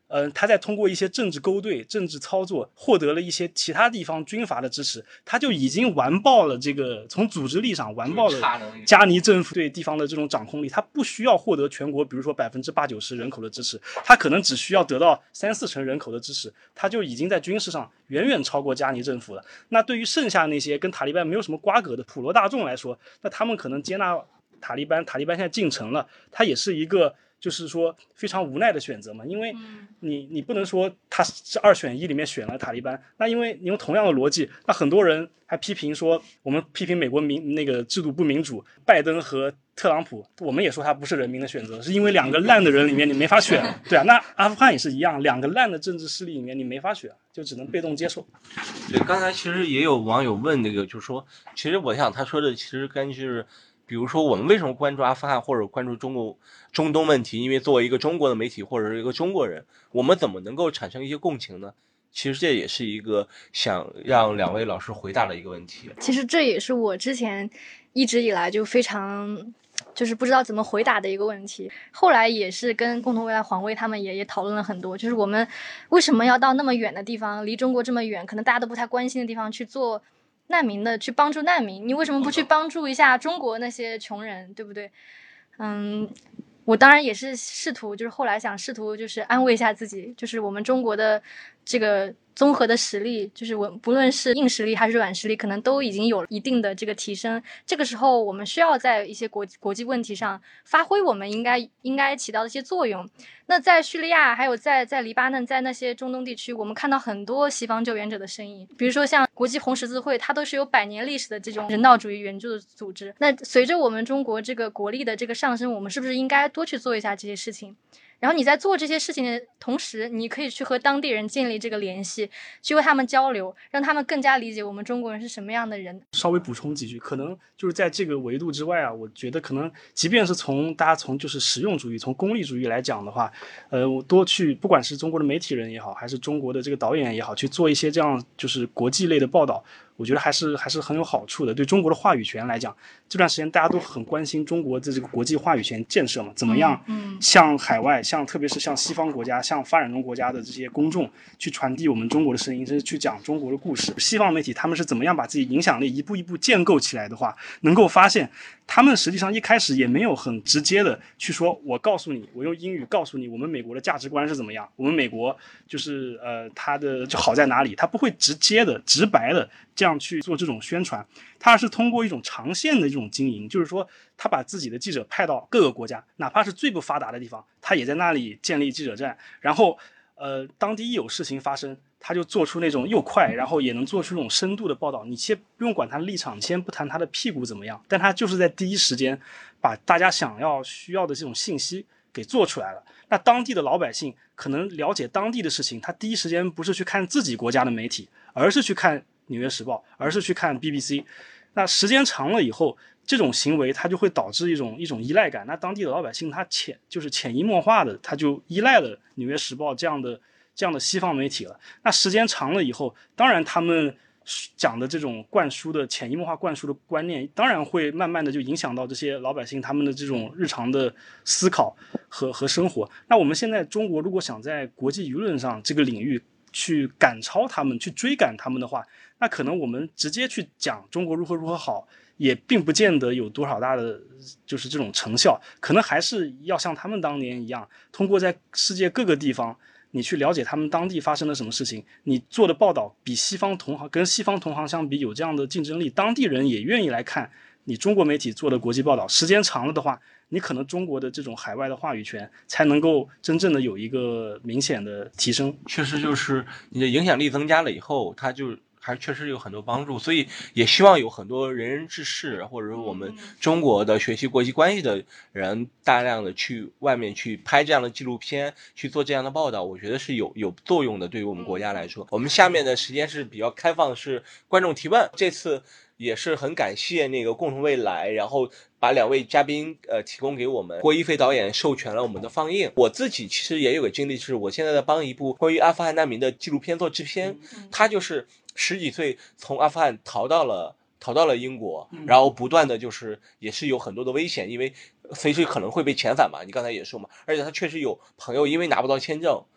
他在通过一些政治勾兑、政治操作，获得了一些其他地方军阀的支持，他就已经完爆了这个从组织力上完爆了加尼政府对地方的这种掌控力。他不需要获得全国，比如说80%-90%人口的支持，他可能只需要得到3-4成人口的支持，他就已经在军事上远远超过加尼政府了。那对于剩下那些跟塔利班没有什么瓜葛的普罗大众来说，那他们可能接纳塔利班现在进城了，他也是一个就是说非常无奈的选择嘛，因为你不能说他是2选1里面选了塔利班，那因为你用同样的逻辑，那很多人还批评说我们批评美国那个制度不民主，拜登和特朗普，我们也说他不是人民的选择，是因为2个烂的人里面你没法选，对啊，那阿富汗也是一样，2个烂的政治势力里面你没法选，就只能被动接受。 对，刚才其实也有网友问那个，就是说，其实我想他说的其实跟就是比如说我们为什么关注阿富汗或者关注中东问题，因为作为一个中国的媒体或者是一个中国人，我们怎么能够产生一些共情呢？其实这也是一个想让2位老师回答的一个问题。 其实这也是我之前一直以来就非常就是不知道怎么回答的一个问题，后来也是跟共同未来黄卫他们也讨论了很多，就是我们为什么要到那么远的地方，离中国这么远，可能大家都不太关心的地方去做难民的，去帮助难民，你为什么不去帮助一下中国那些穷人，对不对？我当然也是试图，就是后来想试图就是安慰一下自己，就是我们中国的这个综合的实力，就是我不论是硬实力还是软实力，可能都已经有一定的这个提升。这个时候，我们需要在一些国际问题上发挥我们应该起到的一些作用。那在叙利亚，还有在黎巴嫩，在那些中东地区，我们看到很多西方救援者的身影，比如说像国际红十字会，它都是有100年历史的这种人道主义援助的组织。那随着我们中国这个国力的这个上升，我们是不是应该多去做一下这些事情？然后你在做这些事情的同时，你可以去和当地人建立这个联系，去和他们交流，让他们更加理解我们中国人是什么样的人。 稍微补充几句，可能就是在这个维度之外啊，我觉得可能即便是大家从就是实用主义、从功利主义来讲的话，我多去不管是中国的媒体人也好，还是中国的这个导演也好，去做一些这样就是国际类的报道，我觉得还是很有好处的。对中国的话语权来讲，这段时间大家都很关心中国的这个国际话语权建设嘛，怎么样向海外，特别是向西方国家、向发展中国家的这些公众去传递我们中国的声音，甚至去讲中国的故事。西方媒体他们是怎么样把自己影响力一步一步建构起来的话，能够发现他们实际上一开始也没有很直接的去说，我告诉你，我用英语告诉你我们美国的价值观是怎么样，我们美国就是它的就好在哪里，他不会直接的直白的这样去做这种宣传，他是通过一种长线的这种经营，就是说他把自己的记者派到各个国家，哪怕是最不发达的地方，他也在那里建立记者站，然后当地一有事情发生，他就做出那种又快，然后也能做出那种深度的报道。你先不用管他立场，先不谈他的屁股怎么样，但他就是在第一时间把大家需要的这种信息给做出来了。那当地的老百姓可能了解当地的事情，他第一时间不是去看自己国家的媒体，而是去看纽约时报，而是去看 BBC。那时间长了以后，这种行为它就会导致一种依赖感。那当地的老百姓他潜移默化的他就依赖了纽约时报这样的西方媒体了。那时间长了以后，当然他们讲的这种潜移默化灌输的观念，当然会慢慢的就影响到这些老百姓他们的这种日常的思考和生活。那我们现在中国如果想在国际舆论上这个领域去赶超他们，去追赶他们的话，那可能我们直接去讲中国如何好，也并不见得有多少大的就是这种成效，可能还是要像他们当年一样，通过在世界各个地方你去了解他们当地发生了什么事情，你做的报道比跟西方同行相比有这样的竞争力，当地人也愿意来看你中国媒体做的国际报道，时间长了的话，你可能中国的这种海外的话语权才能够真正的有一个明显的提升。 确实就是你的影响力增加了以后，它就还确实有很多帮助，所以也希望有很多仁人志士，或者说我们中国的学习国际关系的人，大量的去外面去拍这样的纪录片，去做这样的报道，我觉得是有作用的。对于我们国家来说，我们下面的时间是比较开放，是观众提问。这次也是很感谢那个共同未来，然后把2位嘉宾提供给我们，郭一飞导演授权了我们的放映。我自己其实也有个经历，是我现在在帮一部关于阿富汗难民的纪录片做制片，他就是10几岁从阿富汗逃到了英国，然后不断的就是也是有很多的危险，因为随时可能会被遣返嘛，你刚才也说嘛，而且他确实有朋友因为拿不到签证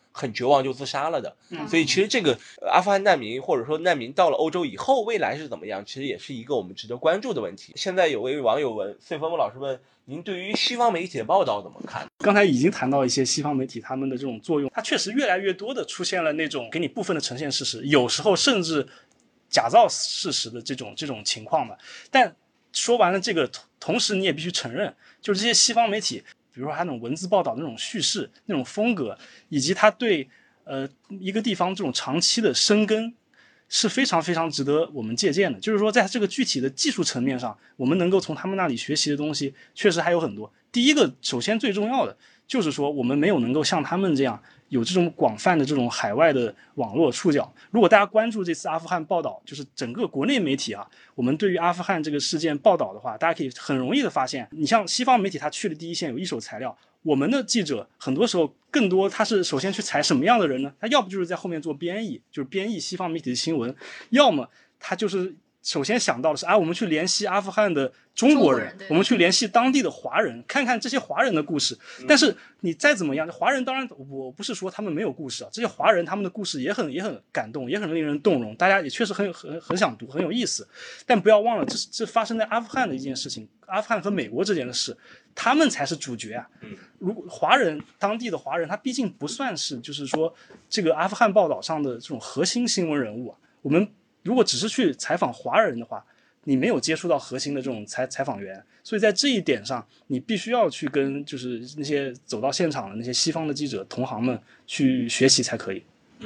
很绝望就自杀了的。所以其实这个阿富汗难民或者说难民到了欧洲以后未来是怎么样，其实也是一个我们值得关注的问题。现在有位网友问，穗峰老师问，您对于西方媒体的报道怎么看？ 刚才已经谈到一些西方媒体他们的这种作用，它确实越来越多的出现了那种给你部分的呈现事实，有时候甚至假造事实的这种情况嘛。但说完了这个，同时你也必须承认，就是这些西方媒体，比如说他那种文字报道那种叙事、那种风格，以及他对一个地方这种长期的深耕，是非常非常值得我们借鉴的。就是说，在这个具体的技术层面上，我们能够从他们那里学习的东西，确实还有很多。第一个，首先最重要的就是说，我们没有能够像他们这样有这种广泛的这种海外的网络触角。如果大家关注这次阿富汗报道，就是整个国内媒体啊，我们对于阿富汗这个事件报道的话，大家可以很容易的发现，你像西方媒体，他去了第一线有一手材料，我们的记者很多时候更多他是首先去采什么样的人呢？他要不就是在后面做编译，就是编译西方媒体的新闻，要么他就是首先想到的是我们去联系阿富汗的中国人，我们去联系当地的华人，看看这些华人的故事。但是你再怎么样，华人当然我不是说他们没有故事啊，这些华人他们的故事也很感动，也很令人动容，大家也确实很想读，很有意思。但不要忘了，这发生在阿富汗的一件事情，阿富汗和美国之间的事，他们才是主角啊。如果当地的华人，他毕竟不算是就是说这个阿富汗报道上的这种核心新闻人物啊。我们如果只是去采访华人的话，你没有接触到核心的这种采访员，所以在这一点上，你必须要去跟就是那些走到现场的那些西方的记者同行们去学习才可以。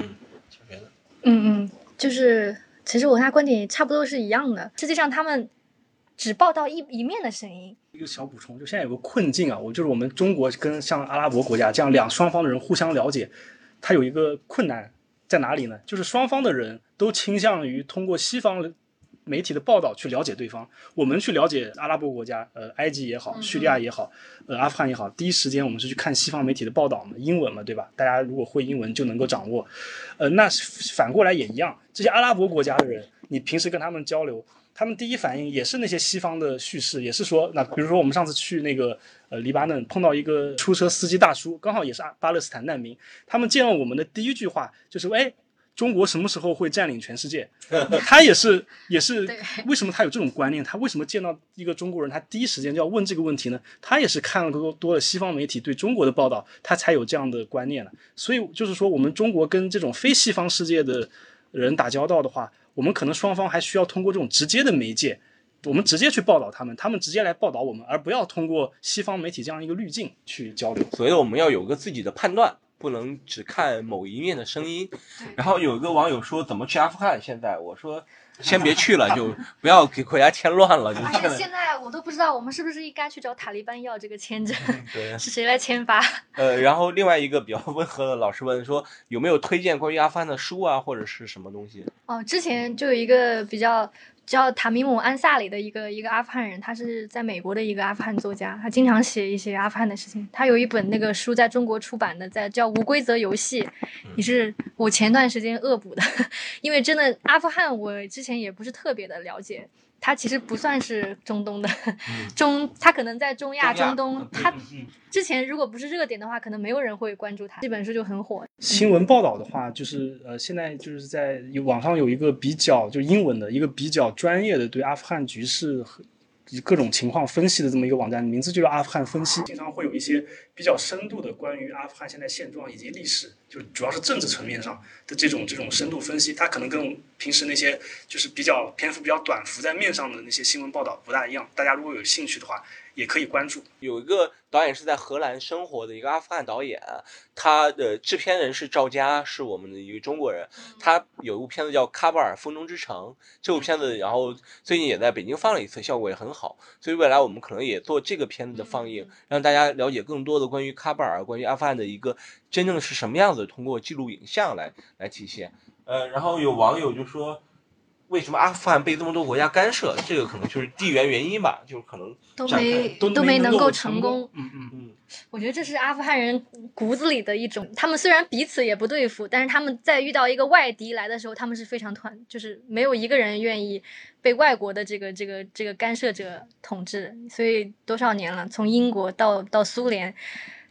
就是其实我跟他观点差不多是一样的。实际上他们只报道一面的声音。 一个小补充，就现在有个困境啊，就是我们中国跟像阿拉伯国家这样双方的人互相了解，它有一个困难在哪里呢？就是双方的人都倾向于通过西方媒体的报道去了解对方。我们去了解阿拉伯国家，埃及也好，叙利亚也好，阿富汗也好，第一时间我们是去看西方媒体的报道嘛，英文嘛，对吧？大家如果会英文就能够掌握。那反过来也一样，这些阿拉伯国家的人，你平时跟他们交流，他们第一反应也是那些西方的叙事，也是说，那比如说我们上次去那个黎巴嫩，碰到一个出租车司机大叔，刚好也是巴勒斯坦难民，他们见到我们的第一句话就是中国什么时候会占领全世界？他也是为什么他有这种观念？他为什么见到一个中国人，他第一时间就要问这个问题呢？他也是看了多了西方媒体对中国的报道，他才有这样的观念的。所以就是说，我们中国跟这种非西方世界的人打交道的话，我们可能双方还需要通过这种直接的媒介，我们直接去报道他们，他们直接来报道我们，而不要通过西方媒体这样一个滤镜去交流。 所以我们要有个自己的判断，不能只看某一面的声音。然后有一个网友说怎么去阿富汗，现在我说先别去了，就不要给国家添乱了。 而且现在我都不知道我们是不是应该去找塔利班要这个签证， 对， 是谁来签发？ 然后另外一个比较温和的老师问说，有没有推荐关于阿富汗的书啊，或者是什么东西？ 之前就有一个比较叫塔米姆·安萨里的一个阿富汗人，他是在美国的一个阿富汗作家，他经常写一些阿富汗的事情。他有一本那个书在中国出版的，叫《无规则游戏》，也是我前段时间恶补的，因为真的阿富汗我之前也不是特别的了解。它其实不算是中东的，它可能在中亚、中东。它之前如果不是热点的话，可能没有人会关注它。这本书就很火。 新闻报道的话，就是现在就是在网上有一个比较就英文的一个比较专业的对阿富汗局势和各种情况分析的这么一个网站，名字就叫阿富汗分析。经常会有一些比较深度的关于阿富汗现在现状以及历史，就主要是政治层面上的这种深度分析，它可能跟平时那些就是篇幅比较短浮在面上的那些新闻报道不大一样。大家如果有兴趣的话，也可以关注。 有一个导演是在荷兰生活的一个阿富汗导演，他的制片人是赵佳，是我们的一个中国人。他有一部片子叫《喀布尔风中之城》，这部片子然后最近也在北京放了一次，效果也很好。所以未来我们可能也做这个片子的放映，让大家了解更多的关于喀布尔、关于阿富汗的一个真正是什么样子，通过记录影像来体现。然后有网友就说，为什么阿富汗被这么多国家干涉？这个可能就是地缘原因吧，就是可能都没能够成功。我觉得这是阿富汗人骨子里的一种，他们虽然彼此也不对付，但是他们在遇到一个外敌来的时候，他们是非常就是没有一个人愿意被外国的这个干涉者统治。所以多少年了，从英国到苏联，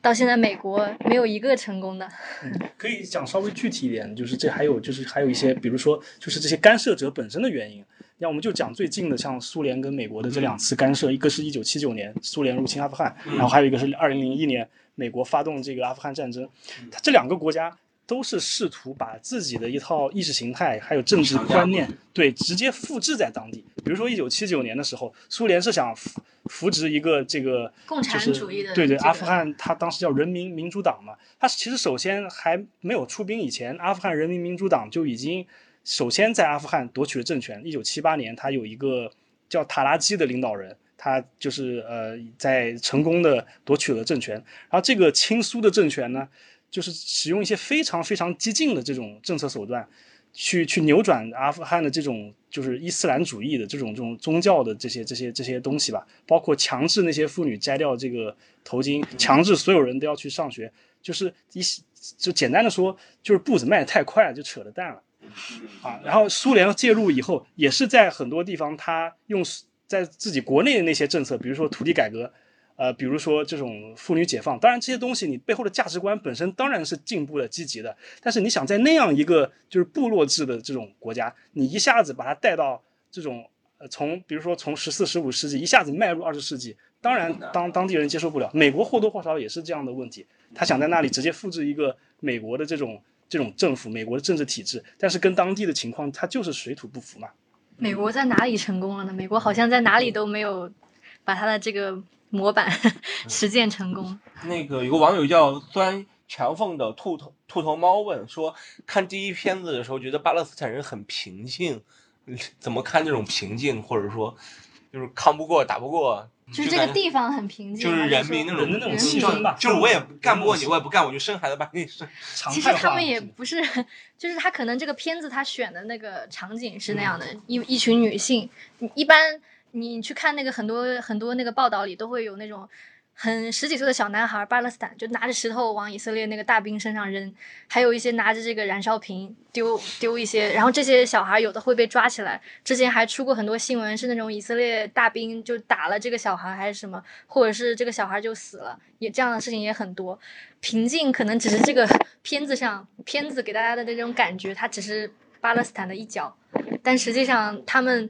到现在美国没有一个成功的。 可以讲稍微具体一点，就是这还有一些，比如说就是这些干涉者本身的原因。那我们就讲最近的，像苏联跟美国的这2次干涉，一个是1979年苏联入侵阿富汗，然后还有一个是2001年美国发动这个阿富汗战争。它这2个国家都是试图把自己的一套意识形态还有政治观念，对，直接复制在当地。比如说1979年的时候，苏联是想扶植一个这个共产主义的、 对对，阿富汗它当时叫人民民主党嘛，它其实首先还没有出兵以前，阿富汗人民民主党就已经首先在阿富汗夺取了政权。1978年，他有一个叫塔拉基的领导人，他就是在成功的夺取了政权。然后这个亲苏的政权呢，就是使用一些非常非常激进的这种政策手段，去扭转阿富汗的这种就是伊斯兰主义的这种宗教的这些东西吧，包括强制那些妇女摘掉这个头巾，强制所有人都要去上学，就简单的说，就是步子迈得太快了，就扯了蛋了。然后苏联介入以后，也是在很多地方，他用在自己国内的那些政策，比如说土地改革，比如说这种妇女解放，当然这些东西你背后的价值观本身当然是进步的、积极的，但是你想在那样一个就是部落制的这种国家，你一下子把它带到这种比如说从14、15世纪一下子迈入20世纪，当然当地人接受不了。美国或多或少也是这样的问题，他想在那里直接复制一个美国的这种政府，美国的政治体制，但是跟当地的情况它就是水土不服嘛。 美国在哪里成功了呢？美国好像在哪里都没有把他的这个模板实践成功。 那个有个网友叫钻墙缝的兔头猫问说，看第一片子的时候觉得巴勒斯坦人很平静，怎么看这种平静，或者说就是抗不过打不过， 就是这个地方很平静， 就是人民那种气氛吧， 就是我也干不过你，我也不干，我就生孩子把你生。 其实他们也不是，就是他可能这个片子他选的那个场景是那样的，一群女性，一般你去看那个很多那个报道里都会有那种很10几岁的小男孩，巴勒斯坦就拿着石头往以色列那个大兵身上扔，还有一些拿着这个燃烧瓶丢一些，然后这些小孩有的会被抓起来。之前还出过很多新闻，是那种以色列大兵就打了这个小孩还是什么，或者是这个小孩就死了，也这样的事情也很多。平静可能只是这个片子给大家的这种感觉，它只是巴勒斯坦的一角，但实际上他们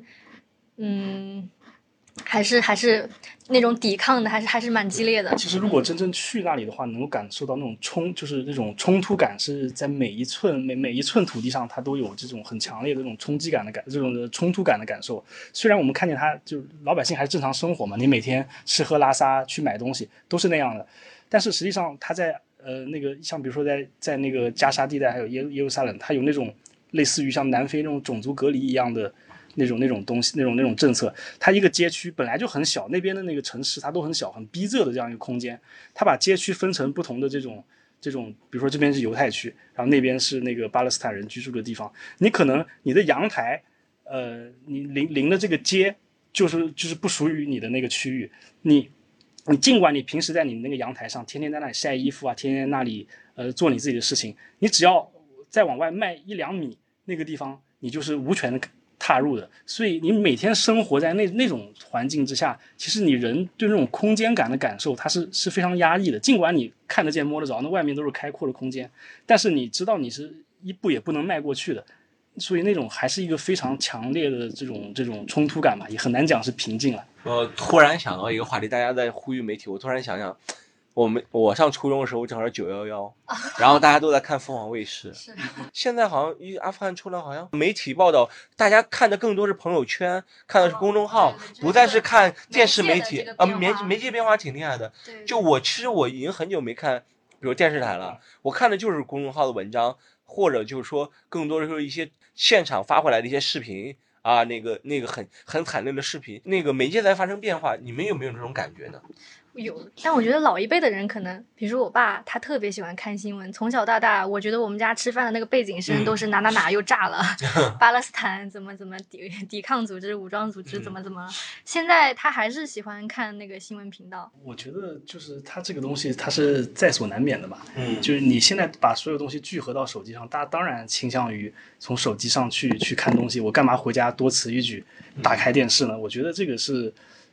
还是那种抵抗的，还是蛮激烈的。 其实如果真正去那里的话，能够感受到那种就是那种冲突感，是在每一寸土地上，它都有这种很强烈的这种冲击感的这种冲突感的感受。虽然我们看见它就是老百姓还是正常生活嘛，你每天吃喝拉撒去买东西都是那样的，但是实际上它在那个像比如说在那个加沙地带还有耶路撒冷，它有那种类似于像南非那种种族隔离一样的。那种东西，那种政策，它一个街区本来就很小，那边的那个城市它都很小，很逼仄的这样一个空间，它把街区分成不同的这种，比如说这边是犹太区，然后那边是那个巴勒斯坦人居住的地方，你可能你的阳台，你临的这个街就是不属于你的那个区域，你尽管你平时在你那个阳台上天天在那里晒衣服啊，天天那里做你自己的事情，你只要再往外迈1-2米，那个地方你就是无权的踏入的，所以你每天生活在那种环境之下，其实你人对那种空间感的感受，它是非常压抑的。尽管你看得见摸得着，那外面都是开阔的空间，但是你知道你是一步也不能迈过去的，所以那种还是一个非常强烈的这种冲突感吧，也很难讲是平静了。 我突然想到一个话题，大家在呼吁媒体，我突然想想。我上初中的时候正好是911，然后大家都在看凤凰卫视。现在好像阿富汗出来，好像媒体报道，大家看的更多是朋友圈，看的是公众号，不再是看电视媒体。媒介变化挺厉害的。就其实我已经很久没看，比如电视台了，我看的就是公众号的文章，或者就是说更多的是一些现场发回来的一些视频啊，那个很惨烈的视频，那个媒介在发生变化，你们有没有这种感觉呢？ 有，但我觉得老一辈的人可能，比如说我爸，他特别喜欢看新闻，从小到大，我觉得我们家吃饭的那个背景声都是哪又炸了，巴勒斯坦怎么抵抗组织、武装组织怎么，现在他还是喜欢看那个新闻频道。 我觉得就是他这个东西，他是在所难免的吧。就是你现在把所有东西聚合到手机上，大家当然倾向于从手机上去看东西。我干嘛回家多此一举打开电视呢？我觉得这个是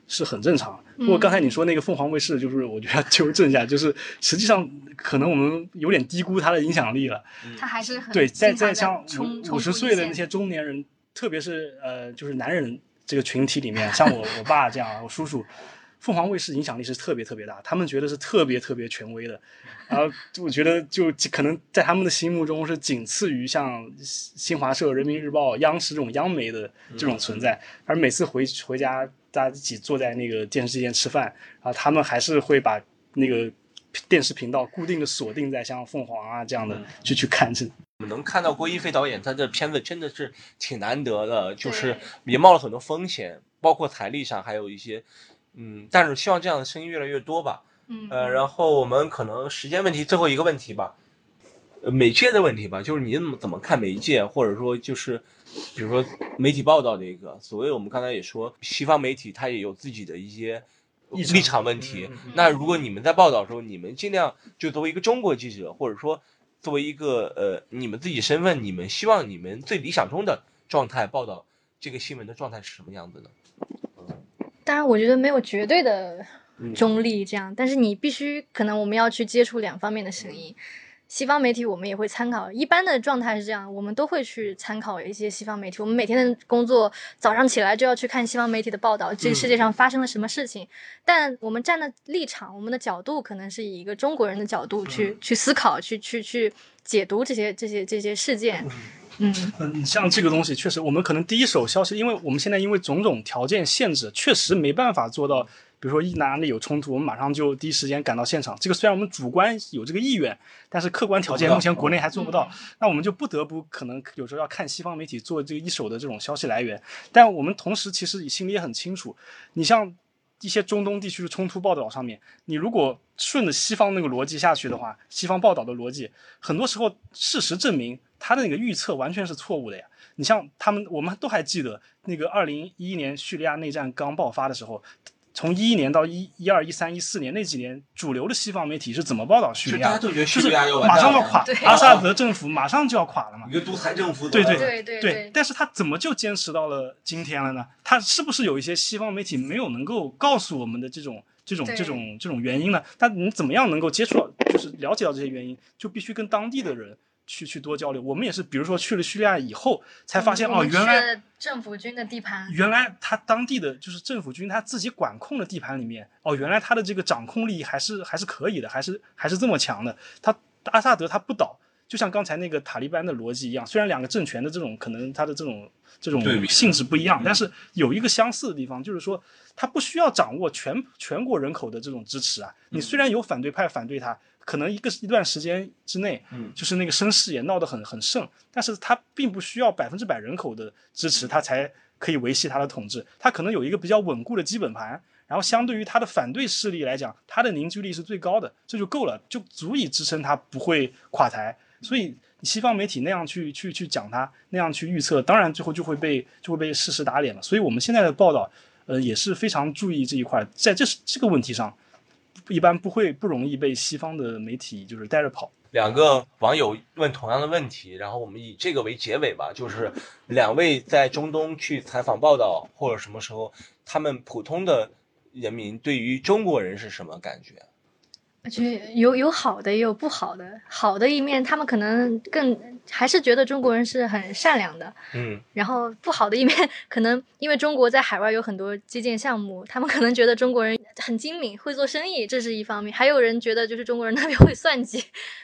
是很正常。不过刚才你说那个凤凰卫视，就是我觉得要纠正一下，就是实际上可能我们有点低估它的影响力了。 它还是很对，在像冲 50岁的那些中年人，特别是就是男人这个群体里面，像我爸这样，我叔叔，凤凰卫视影响力是特别特别大，他们觉得是特别特别权威的。然后我觉得就可能在他们的心目中是仅次于像新华社、人民日报、央视这种央媒的这种存在。而每次回家，大家一起坐在那个电视机前吃饭，然后他们还是会把那个电视频道固定的锁定在像凤凰啊这样的去看这。 我们能看到郭一飞导演他的片子真的是挺难得的，就是也冒了很多风险，包括财力上还有一些，但是希望这样的声音越来越多吧。然后我们可能时间问题，最后一个问题吧，媒介的问题吧，就是你怎么看媒介，或者说就是比如说媒体报道的一个所谓我们刚才也说，西方媒体它也有自己的一些立场问题。那如果你们在报道的时候，你们尽量就作为一个中国记者，或者说作为一个你们自己身份，你们希望你们最理想中的状态报道这个新闻的状态是什么样子呢？ 当然我觉得没有绝对的中立这样，但是你必须可能我们要去接触两方面的声音。西方媒体我们也会参考，一般的状态是这样，我们都会去参考一些西方媒体。我们每天的工作早上起来就要去看西方媒体的报道，这个世界上发生了什么事情。但我们站的立场，我们的角度可能是以一个中国人的角度去思考，去解读这些事件。 像这个东西确实，我们可能第一手消息，因为我们现在因为种种条件限制，确实没办法做到。比如说哪里有冲突，我们马上就第一时间赶到现场。这个虽然我们主观有这个意愿，但是客观条件目前国内还做不到。那我们就不得不可能有时候要看西方媒体做这个一手的这种消息来源。但我们同时其实心里也很清楚，你像一些中东地区的冲突报道上面，你如果顺着西方那个逻辑下去的话，西方报道的逻辑，很多时候事实证明他的那个预测完全是错误的呀。你像我们都还记得那个2011年叙利亚内战刚爆发的时候。从11年到12、13、14年那几年，主流的西方媒体是怎么报道叙利亚？ 大家都觉得叙利亚要马上要垮，阿萨德政府马上就要垮了嘛。 一个独裁政府。 对。但是他怎么就坚持到了今天了呢？他是不是有一些西方媒体没有能够告诉我们的这种原因呢？他你怎么样能够接触到，就是了解到这些原因，就必须跟当地的人。去多交流，我们也是，比如说去了叙利亚以后，才发现原来政府军的地盘， 原来他当地的就是政府军他自己管控的地盘里面，原来他的这个掌控力还是可以的，还是这么强的。他阿萨德他不倒，就像刚才那个塔利班的逻辑一样，虽然两个政权的这种可能他的这种性质不一样，但是有一个相似的地方，就是说他不需要掌握全国人口的这种支持啊。你虽然有反对派反对他。可能一段时间之内，就是那个声势也闹得很盛，但是他并不需要100%人口的支持，他才可以维系他的统治。他可能有一个比较稳固的基本盘，然后相对于他的反对势力来讲，他的凝聚力是最高的，这就够了，就足以支撑他不会垮台。所以西方媒体那样去讲他，那样去预测，当然最后就会被事实打脸了。所以我们现在的报道，也是非常注意这一块，在这个问题上。一般不容易被西方的媒体就是带着跑。 两个网友问同样的问题，然后我们以这个为结尾吧，就是两位在中东去采访报道或者什么时候，他们普通的人民对于中国人是什么感觉？ 我觉得有好的也有不好的，好的一面他们可能还是觉得中国人是很善良的，然后不好的一面可能因为中国在海外有很多基建项目，他们可能觉得中国人很精明会做生意，这是一方面，还有人觉得就是中国人特别会算计，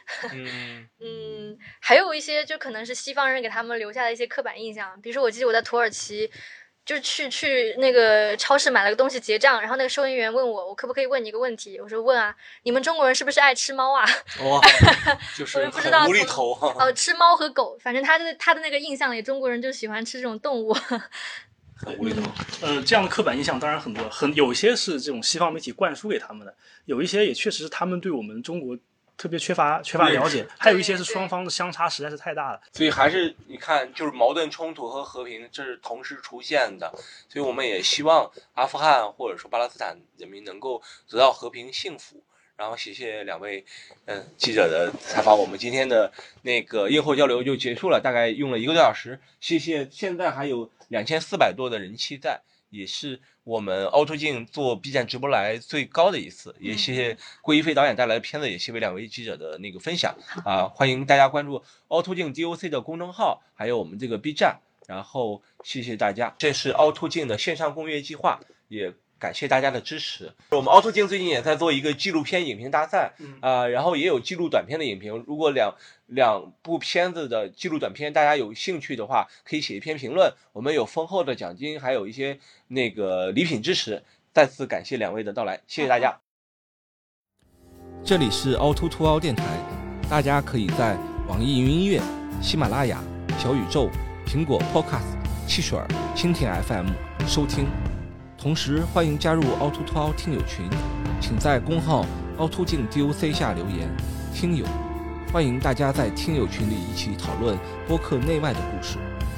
还有一些就可能是西方人给他们留下的一些刻板印象，比如说我记得我在土耳其就去那个超市买了个东西结账，然后那个收银员问我可不可以问你一个问题，我说问啊，你们中国人是不是爱吃猫啊？ 哇，就是很无厘头吃猫和狗，反正他的那个印象里，中国人就喜欢吃这种动物。 很无厘头。 这样的刻板印象当然很多，有些是这种西方媒体灌输给他们的，有一些也确实是他们对我们中国特别缺乏了解，还有一些是双方的相差实在是太大了。 所以还是你看，就是矛盾冲突和和平这是同时出现的，所以我们也希望阿富汗或者说巴勒斯坦人民能够得到和平幸福。然后谢谢两位记者的采访，我们今天的那个映后交流就结束了，大概用了1个多小时。谢谢，现在还有2400多的人气在， 也是我们凹凸镜做 B 站直播来最高的一次，也谢谢郭一飞导演带来的片子，也谢谢两位记者的那个分享啊！欢迎大家关注凹凸镜 DOC 的公众号，还有我们这个 B 站，然后谢谢大家。这是凹凸镜的线上共阅计划，也感谢大家的支持。我们凹凸镜最近也在做一个纪录片影评大赛然后也有记录短片的影评。如果两部片子的记录短片大家有兴趣的话，可以写一篇评论，我们有丰厚的奖金，还有一些那个礼品支持。再次感谢两位的到来，谢谢大家。 这里是凹凸凸凹电台，大家可以在网易云音乐、喜马拉雅、小宇宙、苹果 Podcast、汽水、蜻蜓 FM 收听。同时欢迎加入凹凸凸凹听友群，请在公号凹凸镜 DOC 下留言听友，欢迎大家在听友群里一起讨论播客内外的故事。